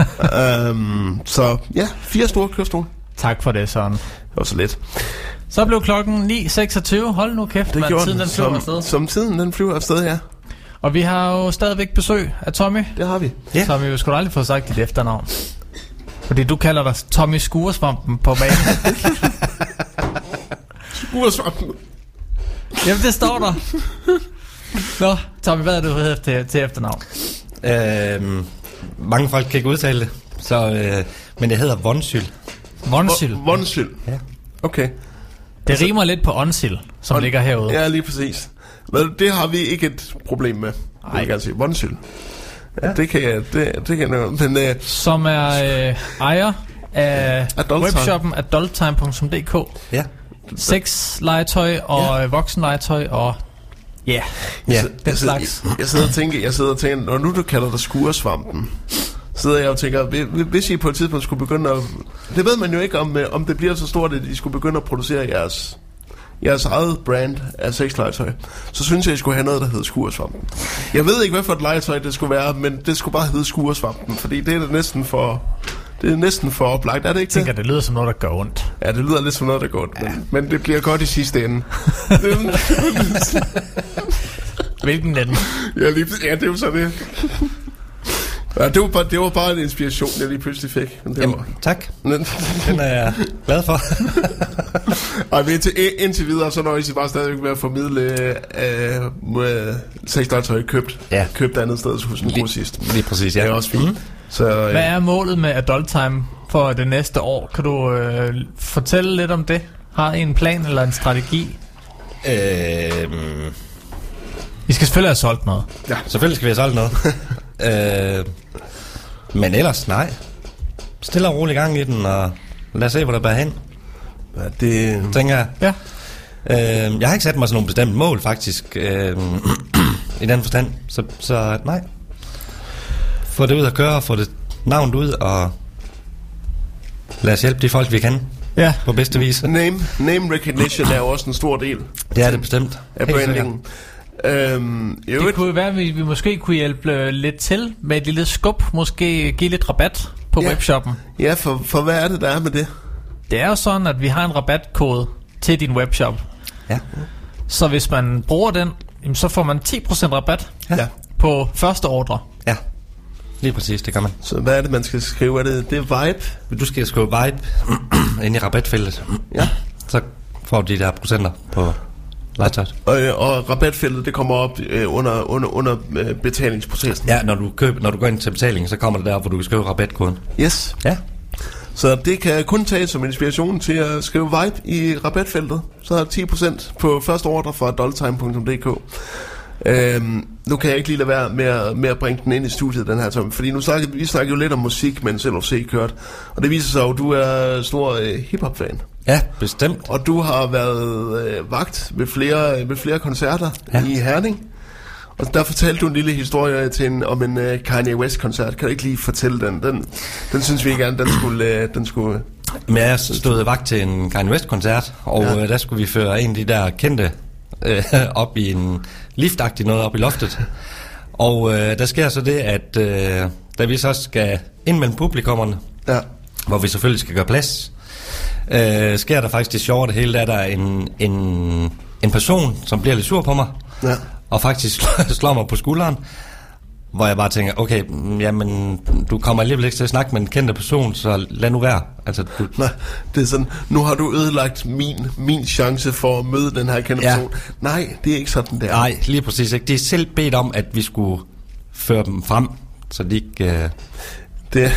Så ja, 4 store kørestole. Tak for det, Søren. Det var så let. Så blev klokken 9.26. Hold nu kæft, det man, tiden den flyver afsted. Som tiden den flyver afsted, ja. Og vi har jo stadigvæk besøg af Tommy. Det har vi. Yeah. Tommy, vi skulle aldrig få sagt dit efternavn. Fordi du kalder dig Tommy Skuresvampen på banen. Skuresvampen. Jamen, det står der. Nå, Tommy, hvad er du hedder til efternavn? Mange folk kan ikke udtale det, så, men det hedder Vonsyl. Vonsyl? Vonsyl. Ja. Okay. Det rimer lidt på Onsyl, som ligger herude. Ja, lige præcis. Men det har vi ikke et problem med. Nej. Jeg kan sige Vonsyl. Ja. Det kan jeg. Det kan jeg. Men, som er ejer af webshoppen adulttime.dk. Ja. Sexlegetøj og voksenlegetøj og den slags. Jeg sidder og tænker, når nu du kalder dig Skuresvampen, sidder jeg og tænker, hvis I på et tidspunkt skulle begynde at... Det ved man jo ikke, om det bliver så stort, at I skulle begynde at producere jeres eget brand af sexlegetøj. Så synes jeg, I skulle have noget, der hedder Skuresvampen. Jeg ved ikke, hvad for et legetøj det skulle være, men det skulle bare hedde Skuresvampen, fordi det er næsten for oplagt, er det ikke? Jeg tænker, det lyder som noget, der gør ondt. Ja, det lyder lidt som noget, der går ondt, men det bliver godt i sidste ende. Hvilken ende? Ja, det er jo så det. Ja, det var bare en inspiration, jeg lige pludselig fik. Jamen, tak. Den er jeg glad for. Ej, men indtil videre, så nøjes I bare stadigvæk med at formidle sexlegetøj købt andet sted hos en grossist. Lige præcis, ja. Det er også fint. Så, hvad er målet med Adult Time for det næste år? Kan du fortælle lidt om det? Har I en plan eller en strategi? I skal selvfølgelig have solgt noget. Ja, selvfølgelig skal vi have solgt noget. Men ellers nej. Stille og roligt gang i den, og lad os se, hvor der bærer hen. Ja, det tænker jeg. Ja. Jeg har ikke sat mig sådan nogle bestemte mål faktisk i den forstand. Så nej. Få det ud at køre, få det navnet ud, og lad os hjælpe de folk, vi kan. Ja. På bedste vis. Name recognition er jo også en stor del. Det er det bestemt. Af brandingen. Det kunne være, at vi måske kunne hjælpe lidt til med et lille skub, måske give lidt rabat på webshoppen. Ja, for hvad er det, der er med det? Det er jo sådan, at vi har en rabatkode til din webshop. Ja. Så hvis man bruger den, så får man 10% rabat på første ordre. Ja, lige præcis, det kan man. Så hvad er det, man skal skrive? Det er Vibe? Du skal skrive Vibe ind i rabatfeltet. Ja. Så får de der procenter på legetøjet. Og rabatfeltet, det kommer op under betalingsprocessen. Ja, når du går ind til betaling, så kommer det der, hvor du kan skrive rabatkoden. Yes. Ja. Så det kan kun tages som inspiration til at skrive Vibe i rabatfeltet. Så er 10% på første ordre fra adulttime.dk. Nu kan jeg ikke lige lade være med at bringe den ind i studiet, den her, Tom. Fordi vi snakker jo lidt om musik, mens LFC kørte. Og det viser sig jo, at du er stor hiphop-fan. Ja, bestemt. Og du har været vagt ved flere koncerter i Herning. Og der fortalte du en lille historie om en Kanye West-koncert. Kan du ikke lige fortælle den? Den synes vi gerne, den skulle... Men jeg stod vagt til en Kanye West-koncert, og der skulle vi føre en af de der kendte op i en liftagtig noget op i loftet. Og der sker så det, at da vi så skal ind mellem publikummerne, hvor vi selvfølgelig skal gøre plads, sker der faktisk det sjove, det hele, der er en person, som bliver lidt sur på mig, og faktisk slår mig på skulderen, hvor jeg bare tænker, okay, jamen, du kommer alligevel ikke til at snakke med en kendte person, så lad nu være. Altså, Nej, det er sådan, nu har du ødelagt min chance for at møde den her kendte person. Nej, det er ikke sådan, det er. Nej, lige præcis ikke. De er selv bedt om, at vi skulle føre dem frem, så de ikke... Det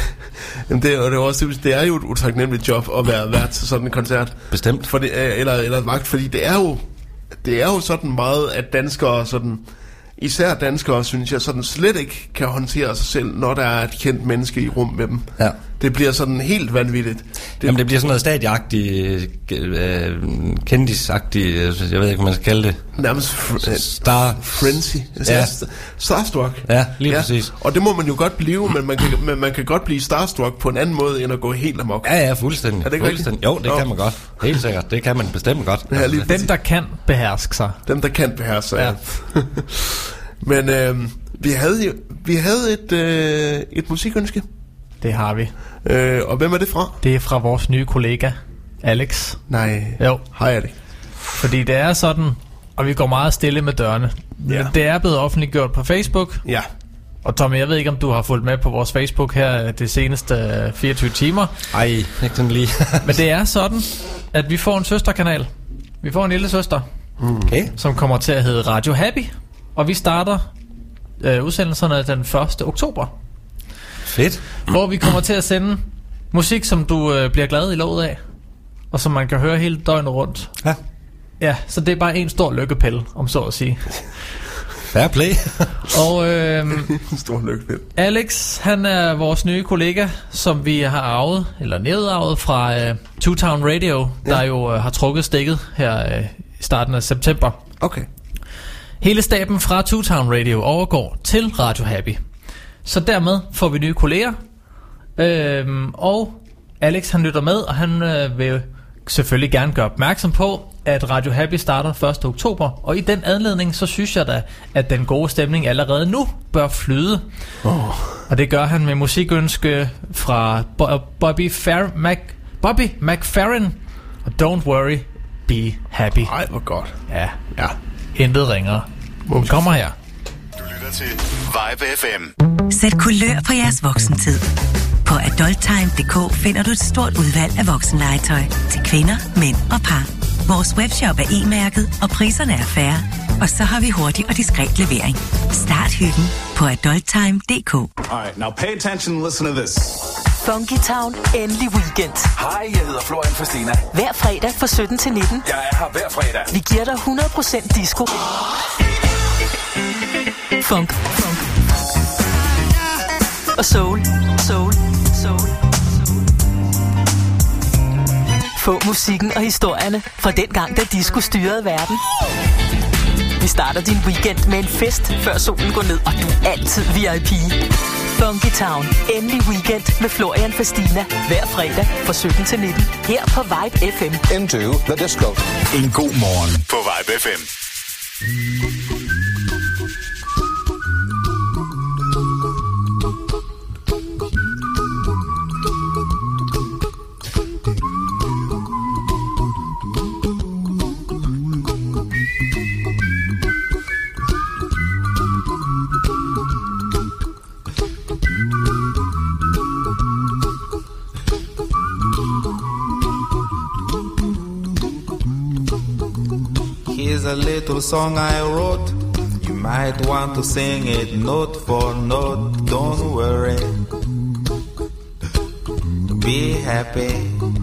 er jo et utaknemmeligt job at være vært til sådan en koncert. Bestemt. For det, eller vagt, fordi det er jo sådan meget, at danskere sådan... Især danskere, synes jeg, sådan slet ikke kan håndtere sig selv, når der er et kendt menneske i rum med dem. Ja. Det bliver sådan helt vanvittigt. Jamen det bliver sådan noget stadieagtigt, kendisagtigt, jeg ved ikke, hvad man skal kalde det. Nærmest frenzy. Ja. Starstruck. Ja, lige præcis. Og det må man jo godt blive, men man kan godt blive starstruck på en anden måde, end at gå helt amok. Ja, fuldstændig. Er det ikke rigtigt? Jo, det kan man godt. Helt sikkert. Det kan man bestemt godt. Ja, dem, der kan beherske sig. Dem, der kan beherske sig, ja. Men vi havde et musikønske. Det har vi. Og hvem er det fra? Det er fra vores nye kollega, Alex. Nej. Jo. Hej, Alex. Fordi det er sådan, og vi går meget stille med dørene. Ja. Det er blevet offentliggjort på Facebook. Ja. Og Tommy, jeg ved ikke, om du har fulgt med på vores Facebook her de seneste 24 timer. Ej, ikke sådan lige. Men det er sådan, at vi får en søsterkanal. Vi får en lille søster, som kommer til at hedde Radio Happy. Og vi starter udsendelserne den 1. oktober. Fedt. Hvor vi kommer til at sende musik, som du bliver glad i låget af. Og som man kan høre hele døgnet rundt. Ja. Ja, så det er bare en stor lykkepille, om så at sige. Fair play. Og stor lykkepille. Alex, han er vores nye kollega, som vi har arvet, eller nedarvet fra Two Town Radio, der jo har trukket stikket her i starten af september. Okay. Hele staben fra Two Town Radio overgår til Radio Happy. Så dermed får vi nye kolleger. Og Alex, han lytter med, og han vil selvfølgelig gerne gøre opmærksom på, at Radio Happy starter 1. oktober. Og i den anledning, så synes jeg da, at den gode stemning allerede nu bør flyde. Og det gør han med musikønske fra Bobby McFerrin. Og Don't Worry, Be Happy. Ej, hvor godt. Ja. Intet ringer. Kommer her. Du lytter til Vibe FM. Sæt kulør på jeres voksentid. På adulttime.dk finder du et stort udvalg af voksenlegetøj til kvinder, mænd og par. Vores webshop er e-mærket, og priserne er fair. Og så har vi hurtig og diskret levering. Start hyggen på adulttime.dk. Alright, now pay attention and listen to this. Funky Town, endelig weekend. Hej, jeg hedder Florian Fastina. Hver fredag fra 17 til 19. Jeg er her hver fredag. Vi giver dig 100% disco. Funk. Og soul. Få musikken og historierne fra den gang, da disco styrede verden. Vi starter din weekend med en fest, før solen går ned, og du er altid VIP. Funky Town, endelig weekend med Florian Fastina. Hver fredag fra 17 til 19. Her på Vibe FM. Into the disco. En god morgen på Vibe FM. Here's a little song I wrote. You might want to sing it note for note. Don't worry, be happy.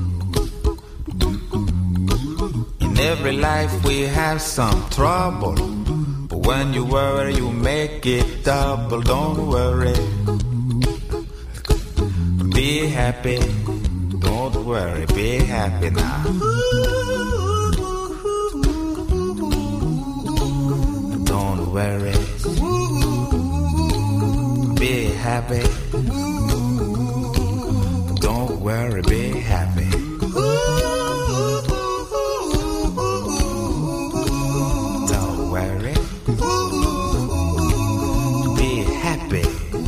In every life we have some trouble, but when you worry you make it double. Don't worry, be happy. Don't worry, be happy now. Don't worry, be happy. Don't worry, be happy. Don't worry, be happy.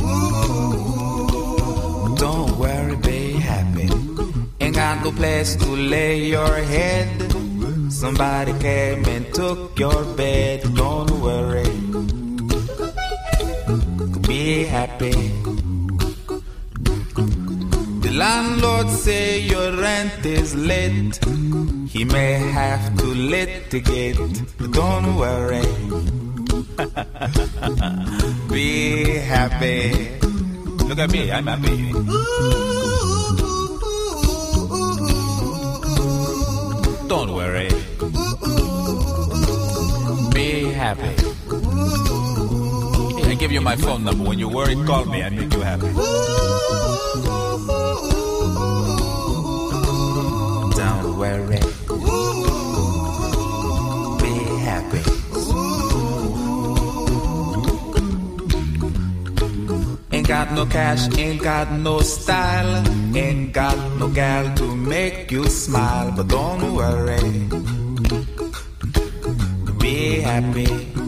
Don't worry, be happy. Ain't got no place to lay your head. Somebody came and took your bed. Don't worry, be happy. The landlord say your rent is late. He may have to litigate. Don't worry, be happy. Look at me, I'm happy. Don't worry, be happy. I give you my phone number. When you worry, call me. I make you happy. worry. Be happy. Ain't got no cash, ain't got no style, ain't got no gal to make you smile, but don't worry. Be happy.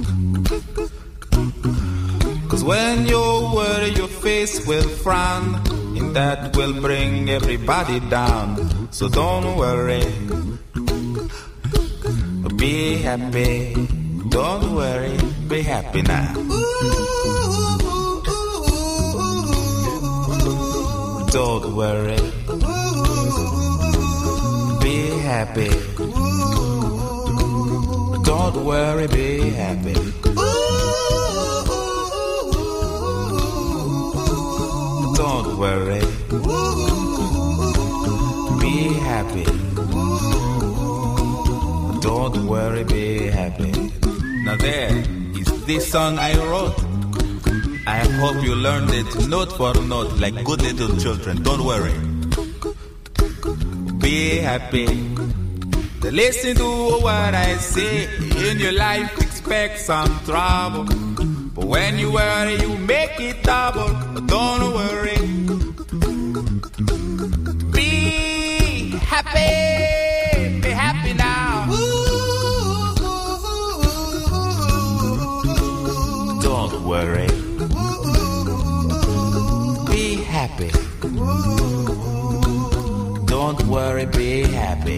Cause when you worry, your face will frown, and that will bring everybody down. So don't worry. Be happy. Don't worry. Be happy now. Don't worry. Be happy. Don't worry, be happy. Don't worry. Be happy. Don't worry, be happy. Now there is this song I wrote. I hope you learned it note for note like good little children. Don't worry. Be happy. Listen to what I say. In your life expect some trouble, but when you worry you make it double. Don't worry. Be happy. Be happy now. Don't worry. Be happy. Don't worry, be happy.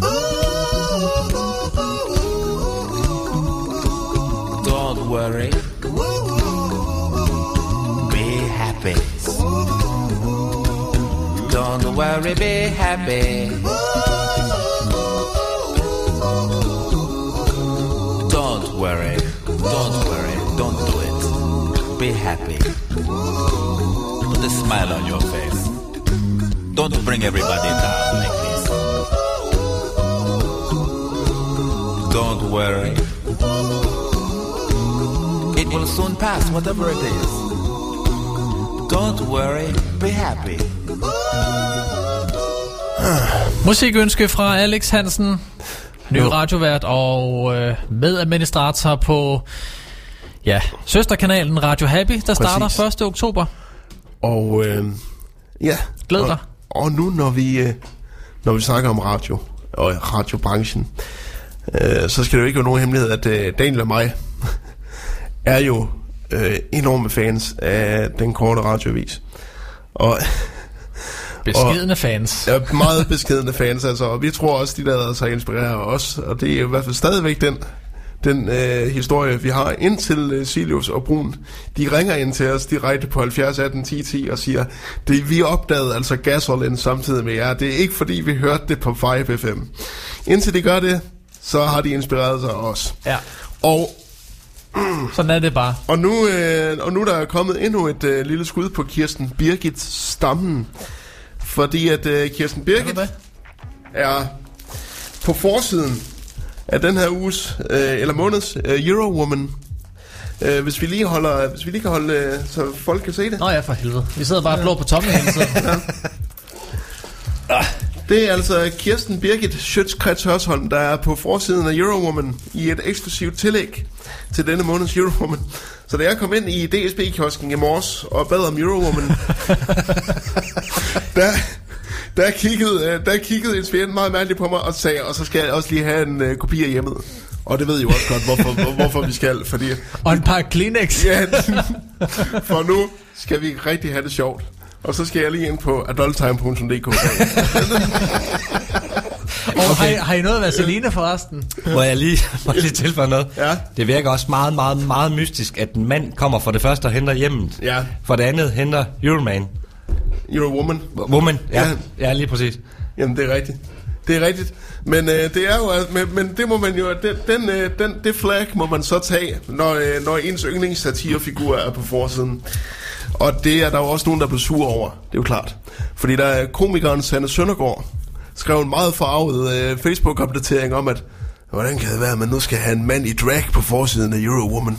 Don't worry. Be happy. Don't worry, be happy. Don't worry. Don't worry. Don't do it. Be happy. Put a smile on your face. Don't bring everybody down like this. Don't worry. It will soon pass, whatever it is. Don't worry, be happy. Musikønske fra Alex Hansen, ny radiovært og medadministrator på søsterkanalen Radio Happy, der starter 1. oktober. Og glæd dig. Og nu når vi snakker om radio og radiobranchen, så skal det jo ikke være nogen hemmelighed, at Daniel og mig er jo enorme fans af den korte radioavis. Og beskedne fans. Ja, meget beskedne fans, altså. Og vi tror også, de lader sig inspirere os. Og det er i hvert fald stadigvæk den historie, vi har indtil Silius og Brun. De ringer ind til os direkte på 70 18 10 10 og siger, vi opdagede altså Gasolin samtidig med jer. Det er ikke fordi, vi hørte det på 5 FM. Indtil de gør det, så har de inspireret sig også. Ja. Og sådan er det bare. Og nu der er kommet endnu et lille skud på Kirsten Birgit Stammen. Fordi at Kirsten Birgit er på forsiden af den her uges eller måneds Eurowoman. Hvis vi lige kan holde så folk kan se det. Nå ja, for helvede. Vi sidder bare og blå på toppen hele tiden. Det er altså Kirsten Birgit Schøtz-Krets Hørsholm, der er på forsiden af Eurowoman i et eksklusivt tillæg til denne måneds Eurowoman. Så da jeg kom ind i DSB-kiosken i morges og bad om Eurowoman, der kiggede en svend meget mærkeligt på mig og sagde, og så skal jeg også lige have en kopi af hjemmet. Og det ved I jo også godt, hvorfor vi skal. Fordi, og en par Kleenex. Ja, for nu skal vi rigtig have det sjovt. Og så skal jeg lige ind på adulttime.dk. Og har I noget Vaseline forresten? Må jeg lige tilføje noget? Ja. Det virker også meget, meget, meget mystisk, at en mand kommer for det første og henter hjemmet. Ja. For det andet henter Euroman. Eurowoman. Woman, ja, lige præcis. Jamen, det er rigtigt. Det er rigtigt. Men det er jo, men det må man jo, det flag må man så tage, når ens yndlingssatirefigur er på forsiden. Og det er der jo også nogen, der bliver sur over. Det er jo klart. Fordi der er komikeren Sanne Søndergaard skrev en meget farvet Facebook-opdatering om, at hvordan kan det være, at man nu skal have en mand i drag på forsiden af Eurowoman?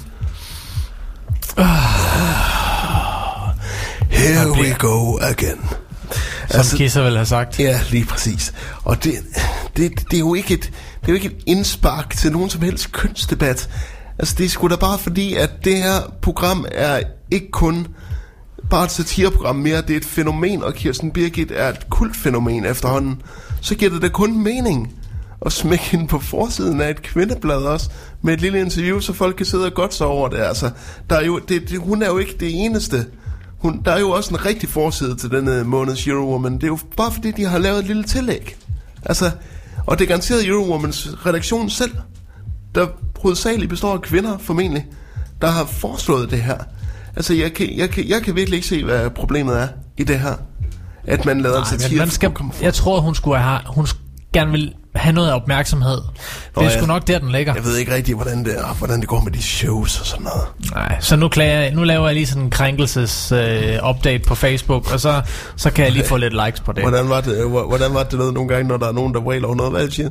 Here we go again. Som Kisser vel har sagt. Ja, lige præcis. Og det er jo ikke et indspark til nogen som helst kønsdebat. Altså det er sgu da bare fordi, at det her program er ikke kun bare et satireprogram mere, det er et fænomen, og Kirsten Birgit er et kultfænomen efterhånden. Så giver det da kun mening at smække hende på forsiden af et kvindeblad også, med et lille interview, så folk kan sidde og godt sig over det. Altså, der er jo, hun er jo ikke det eneste. Der er jo også en rigtig forside til denne måneds Eurowoman. Det er jo bare fordi, de har lavet et lille tillæg. Altså, og det er garanteret Eurowomans redaktion selv, der hovedsageligt består af kvinder, formentlig, der har foreslået det her. Altså, jeg kan virkelig ikke se, hvad problemet er i det her. At man lader en satire. Jeg tror, hun skulle gerne vil have noget opmærksomhed. Det er sgu nok der, den ligger. Jeg ved ikke rigtig, hvordan det går med de shows og sådan noget. Nej, så nu laver jeg lige sådan en krænkelses update på Facebook, og så kan jeg lige få lidt likes på det. Hvordan var det noget nogle gange, når der er nogen, der wailer over noget? Hvad siger?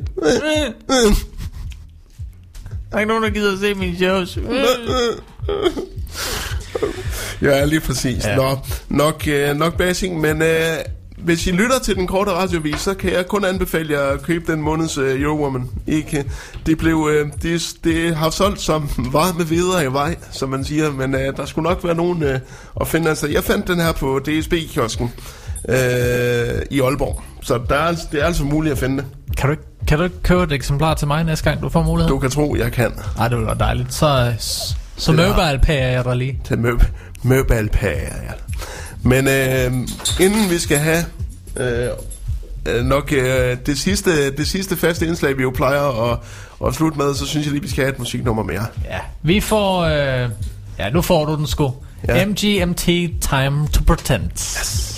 Der er ikke nogen, der gider at se mine shows. Ja, lige præcis. Ja. Nok bashing, men hvis I lytter til den korte radiovis, så kan jeg kun anbefale jer at købe den måneds Eurowoman. Det har solgt som varme videre i vej, som man siger, men der skulle nok være nogen at finde. Altså, jeg fandt den her på DSB-kiosken i Aalborg, så det er altså muligt at finde det. Kan du ikke købe et eksemplar til mig næste gang, du får mulighed? Du kan tro, jeg kan. Ej, det ville være dejligt. Så møbalpager jeg dig lige. Til møbalpager, ja. Men inden vi skal have det sidste faste indslag, vi jo plejer at slutte med, så synes jeg lige, vi skal have et musiknummer mere. Ja, vi får... nu får du den sgu. Ja. MGMT Time to Pretend. Yes.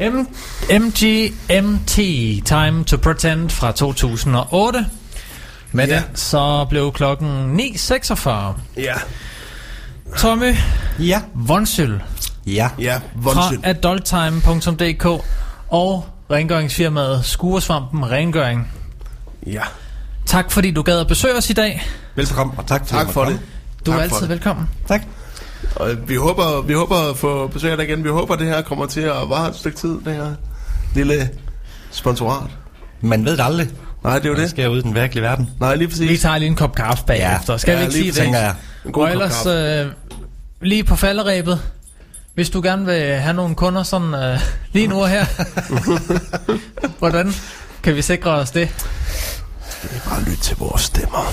MGMT, Time to Pretend fra 2008. Med den så blev klokken 9.46. Ja. Tommy. Ja. Vonsyl. Ja. Ja, Vonsyl. Fra adulttime.dk og rengøringsfirmaet Skuresvampen Rengøring. Ja. Tak fordi du gad at besøge os i dag. Velkommen, og tak for det. Du er altid velkommen. Tak. Og vi håber at få besøg af dig igen. Vi håber, det her kommer til at vare et stykke tid, det her lille sponsorat. Man ved det aldrig. Nej, det er jo det. Skal jeg ud i den virkelige verden. Nej, lige præcis. Vi tager lige en kop kaffe bagefter. Skal vi ikke sige det? Tænker jeg. Og ellers lige på falderæbet. Hvis du gerne vil have nogle kunder sådan lige nu her. Hvordan kan vi sikre os det? Det er bare lytte til vores stemmer.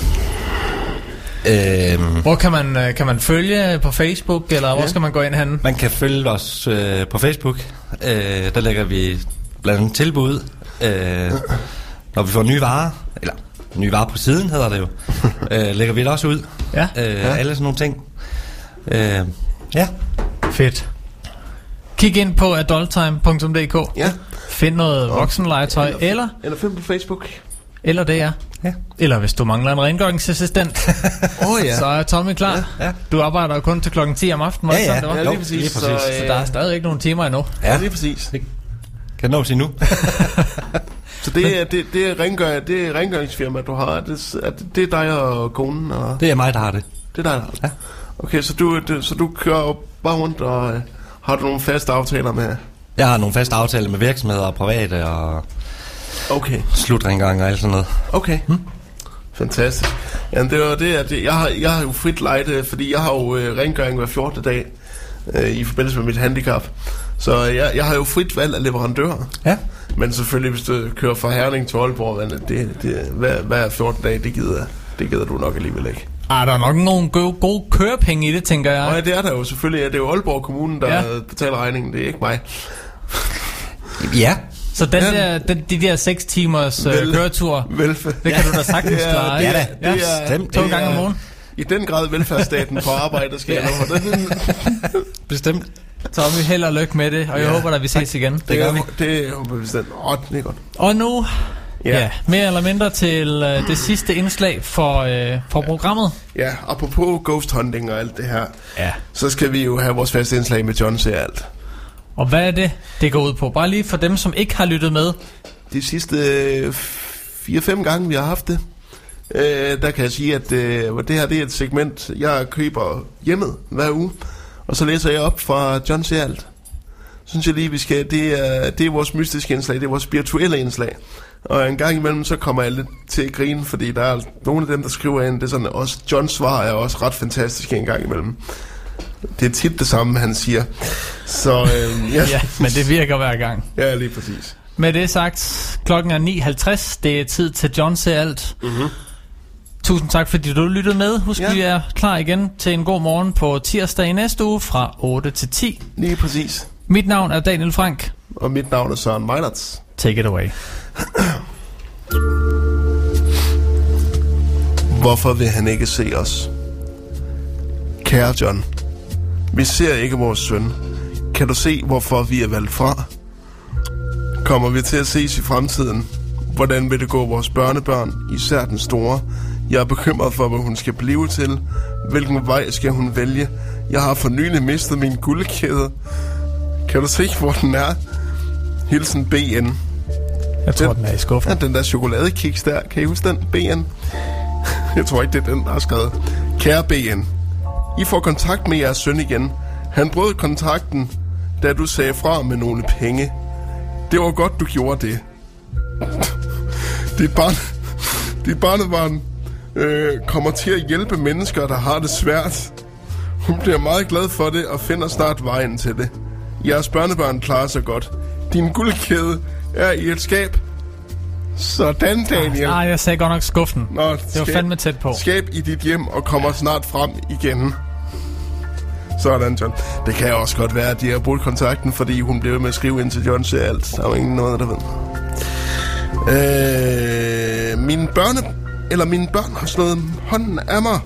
Hvor kan man følge på Facebook, eller hvor skal man gå ind hen? Man kan følge os på Facebook. Der lægger vi blandt andet tilbud, når vi får nye varer, eller nye varer på siden hedder det jo. Lægger vi det også ud. Ja. Alle sådan nogle ting. Ja. Fedt. Kig ind på adulttime.dk. Ja. Find noget voksenlegetøj, eller find på Facebook. Eller det er. Ja. Eller hvis du mangler en rengøringsassistent, ja. Så er Tommy klar. Ja. Du arbejder jo kun til klokken 10 om aftenen. Ja, det var? Lige præcis. Så der er stadig ikke nogen timer endnu. Ja, lige præcis. Det kan nås endnu. Så det er rengøringsfirma, du har. Det er dig og konen? Og Det er mig, der har det. Det er dig, der har det? Ja. Okay, så du kører bare rundt, og har du nogle faste aftaler med? Jeg har nogle faste aftaler med virksomheder og private og slutrengøring og alt sådan noget. Okay. Fantastisk. Jamen det var det, at jeg har jo frit lejde, fordi jeg har jo rengøring hver 14. dag i forbindelse med mit handicap. Så jeg har jo frit valg af leverandører. Ja. Men selvfølgelig, hvis du kører fra Herning til Aalborg, hver 14 dage, det gider du nok alligevel ikke. Der er nok nogle gode kørepenge i det, tænker jeg. Nej, det er der jo selvfølgelig. Det er jo Aalborg Kommune, der betaler regningen. Det er ikke mig. Ja. Så de der 6 timers køretur, det kan du da sagtens klare. Ja, det er 2 gange om ugen. I den grad velfærdsstaten på arbejde skal jeg love. Bestemt. Tommy, held og lykke med det, og jeg håber, at vi ses igen. Det gør vi. Det håber vi bestemt. Det er godt. Og nu, mere eller mindre til det sidste indslag for programmet. Ja, apropos ghost hunting og alt det her, så skal vi jo have vores faste indslag med John ser alt. Og hvad er det går ud på? Bare lige for dem, som ikke har lyttet med. De sidste 4-5 gange, vi har haft det, der kan jeg sige, at det her det er et segment, jeg køber hjemmet hver uge, og så læser jeg op fra John ser alt. Synes jeg lige, vi skal. Det er vores mystiske indslag, det er vores spirituelle indslag. Og en gang imellem, så kommer jeg lidt til at grine, fordi der er nogle af dem, der skriver ind, det er sådan, også Johns svar er også ret fantastisk en gang imellem. Det er tit det samme, han siger. Så, ja, men det virker hver gang. Ja, lige præcis. Med det sagt, klokken er 9.50. Det er tid til John ser alt. Tusind tak, fordi du lyttede med. Husk, vi er klar igen til en god morgen på tirsdag i næste uge fra 8 til 10. Lige præcis. Mit navn er Daniel Frank. Og mit navn er Søren Meinerts. Take it away. Hvorfor vil han ikke se os? Kære John, vi ser ikke vores søn. Kan du se, hvorfor vi er valgt fra? Kommer vi til at ses i fremtiden? Hvordan vil det gå vores børnebørn, især den store? Jeg er bekymret for, hvad hun skal blive til. Hvilken vej skal hun vælge? Jeg har for nylig mistet min guldkæde. Kan du se, hvor den er? Hilsen BN. Jeg tror, den er i skuffen. Ja, den der chokoladekiks der. Kan I huske den? BN? Jeg tror ikke, det er den, der har skrevet. Kære BN, I får kontakt med jeres søn igen. Han brød kontakten, da du sagde fra med nogle penge. Det var godt, du gjorde det. Dit barnebarn kommer til at hjælpe mennesker, der har det svært. Hun bliver meget glad for det og finder snart vejen til det. Jeres børnebørn klarer sig godt. Din guldkæde er i et skab. Sådan, Daniel. Jeg sagde godt nok skuffen. Nå, det var fandme tæt på. Skab i dit hjem og kommer snart frem igen. Sådan, John. Det kan også godt være, at de har brugt kontakten, fordi hun blev med at skrive ind til John ser alt. Der er jo ingen noget, der ved. Mine børn har slået hånden af mig.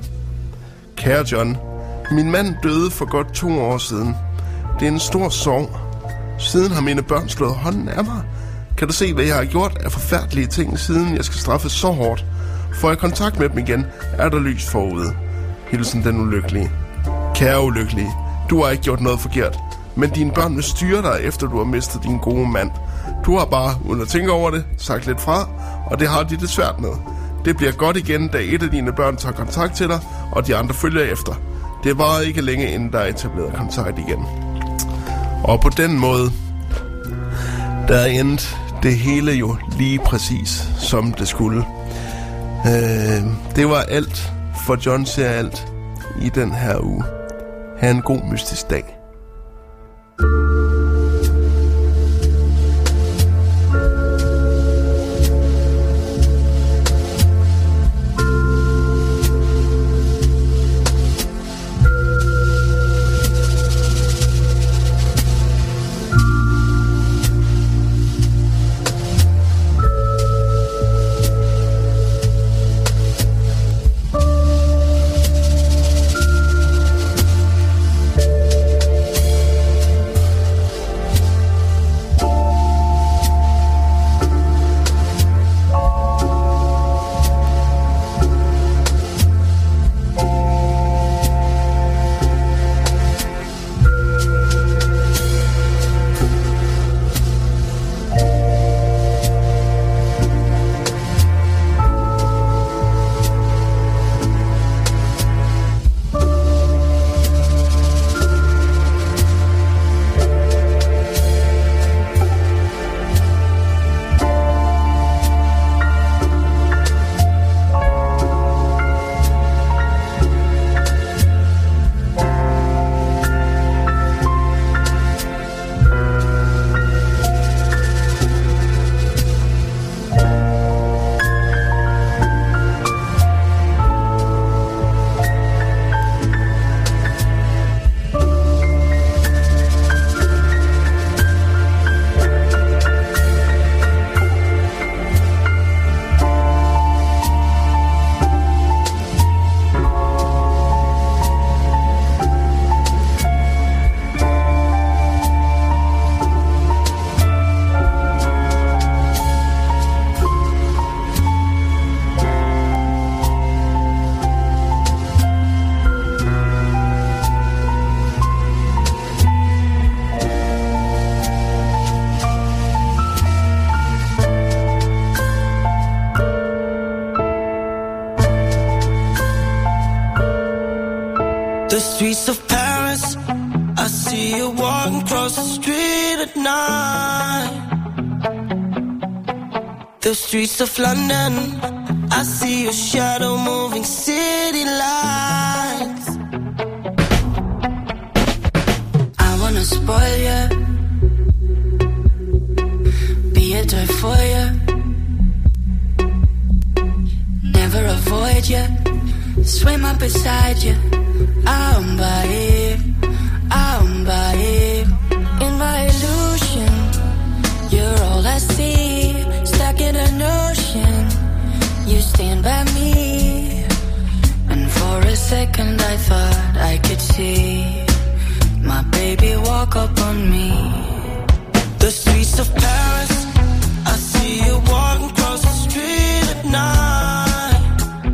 Kære John, min mand døde for godt 2 år siden. Det er en stor sorg. Siden har mine børn slået hånden af mig. Kan du se, hvad jeg har gjort af forfærdelige ting, siden jeg skal straffes så hårdt? Får jeg kontakt med dem igen, er der lys forude. Hilsen den ulykkelige. Kære ulykkelige, du har ikke gjort noget forkert, men dine børn vil styre dig, efter du har mistet din gode mand. Du har bare, uden at tænke over det, sagt lidt fra, og det har de det svært med. Det bliver godt igen, da et af dine børn tager kontakt til dig, og de andre følger efter. Det varer ikke længe, inden der er etableret kontakt igen. Og på den måde, der endte det hele jo lige præcis, som det skulle. Det var alt for John ser alt i den her uge. Ha' en god mystisk dag. The streets of Paris, I see you walking across the street at night. The streets of London, I see your shadow moving city lights. I wanna spoil you, be a toy for you, never avoid you, swim up beside you. I'm by it, I'm by it. In my illusion, you're all I see. Stuck in an ocean, you stand by me. And for a second I thought I could see my baby walk up on me. The streets of Paris, I see you walking across the street at night.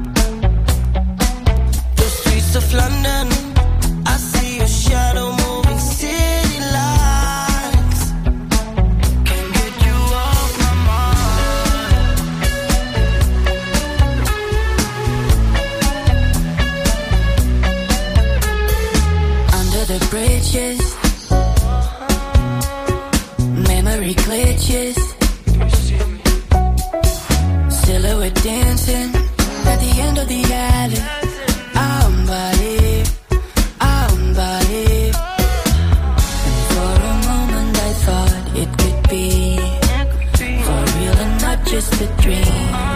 The streets of London, I see your shadow moving city lights. Can't get you off my mind. Under the bridges, memory glitches, silhouette dancing at the end of the alley. I'm by it, I'm by it. And for a moment I thought it could be for real and not just a dream.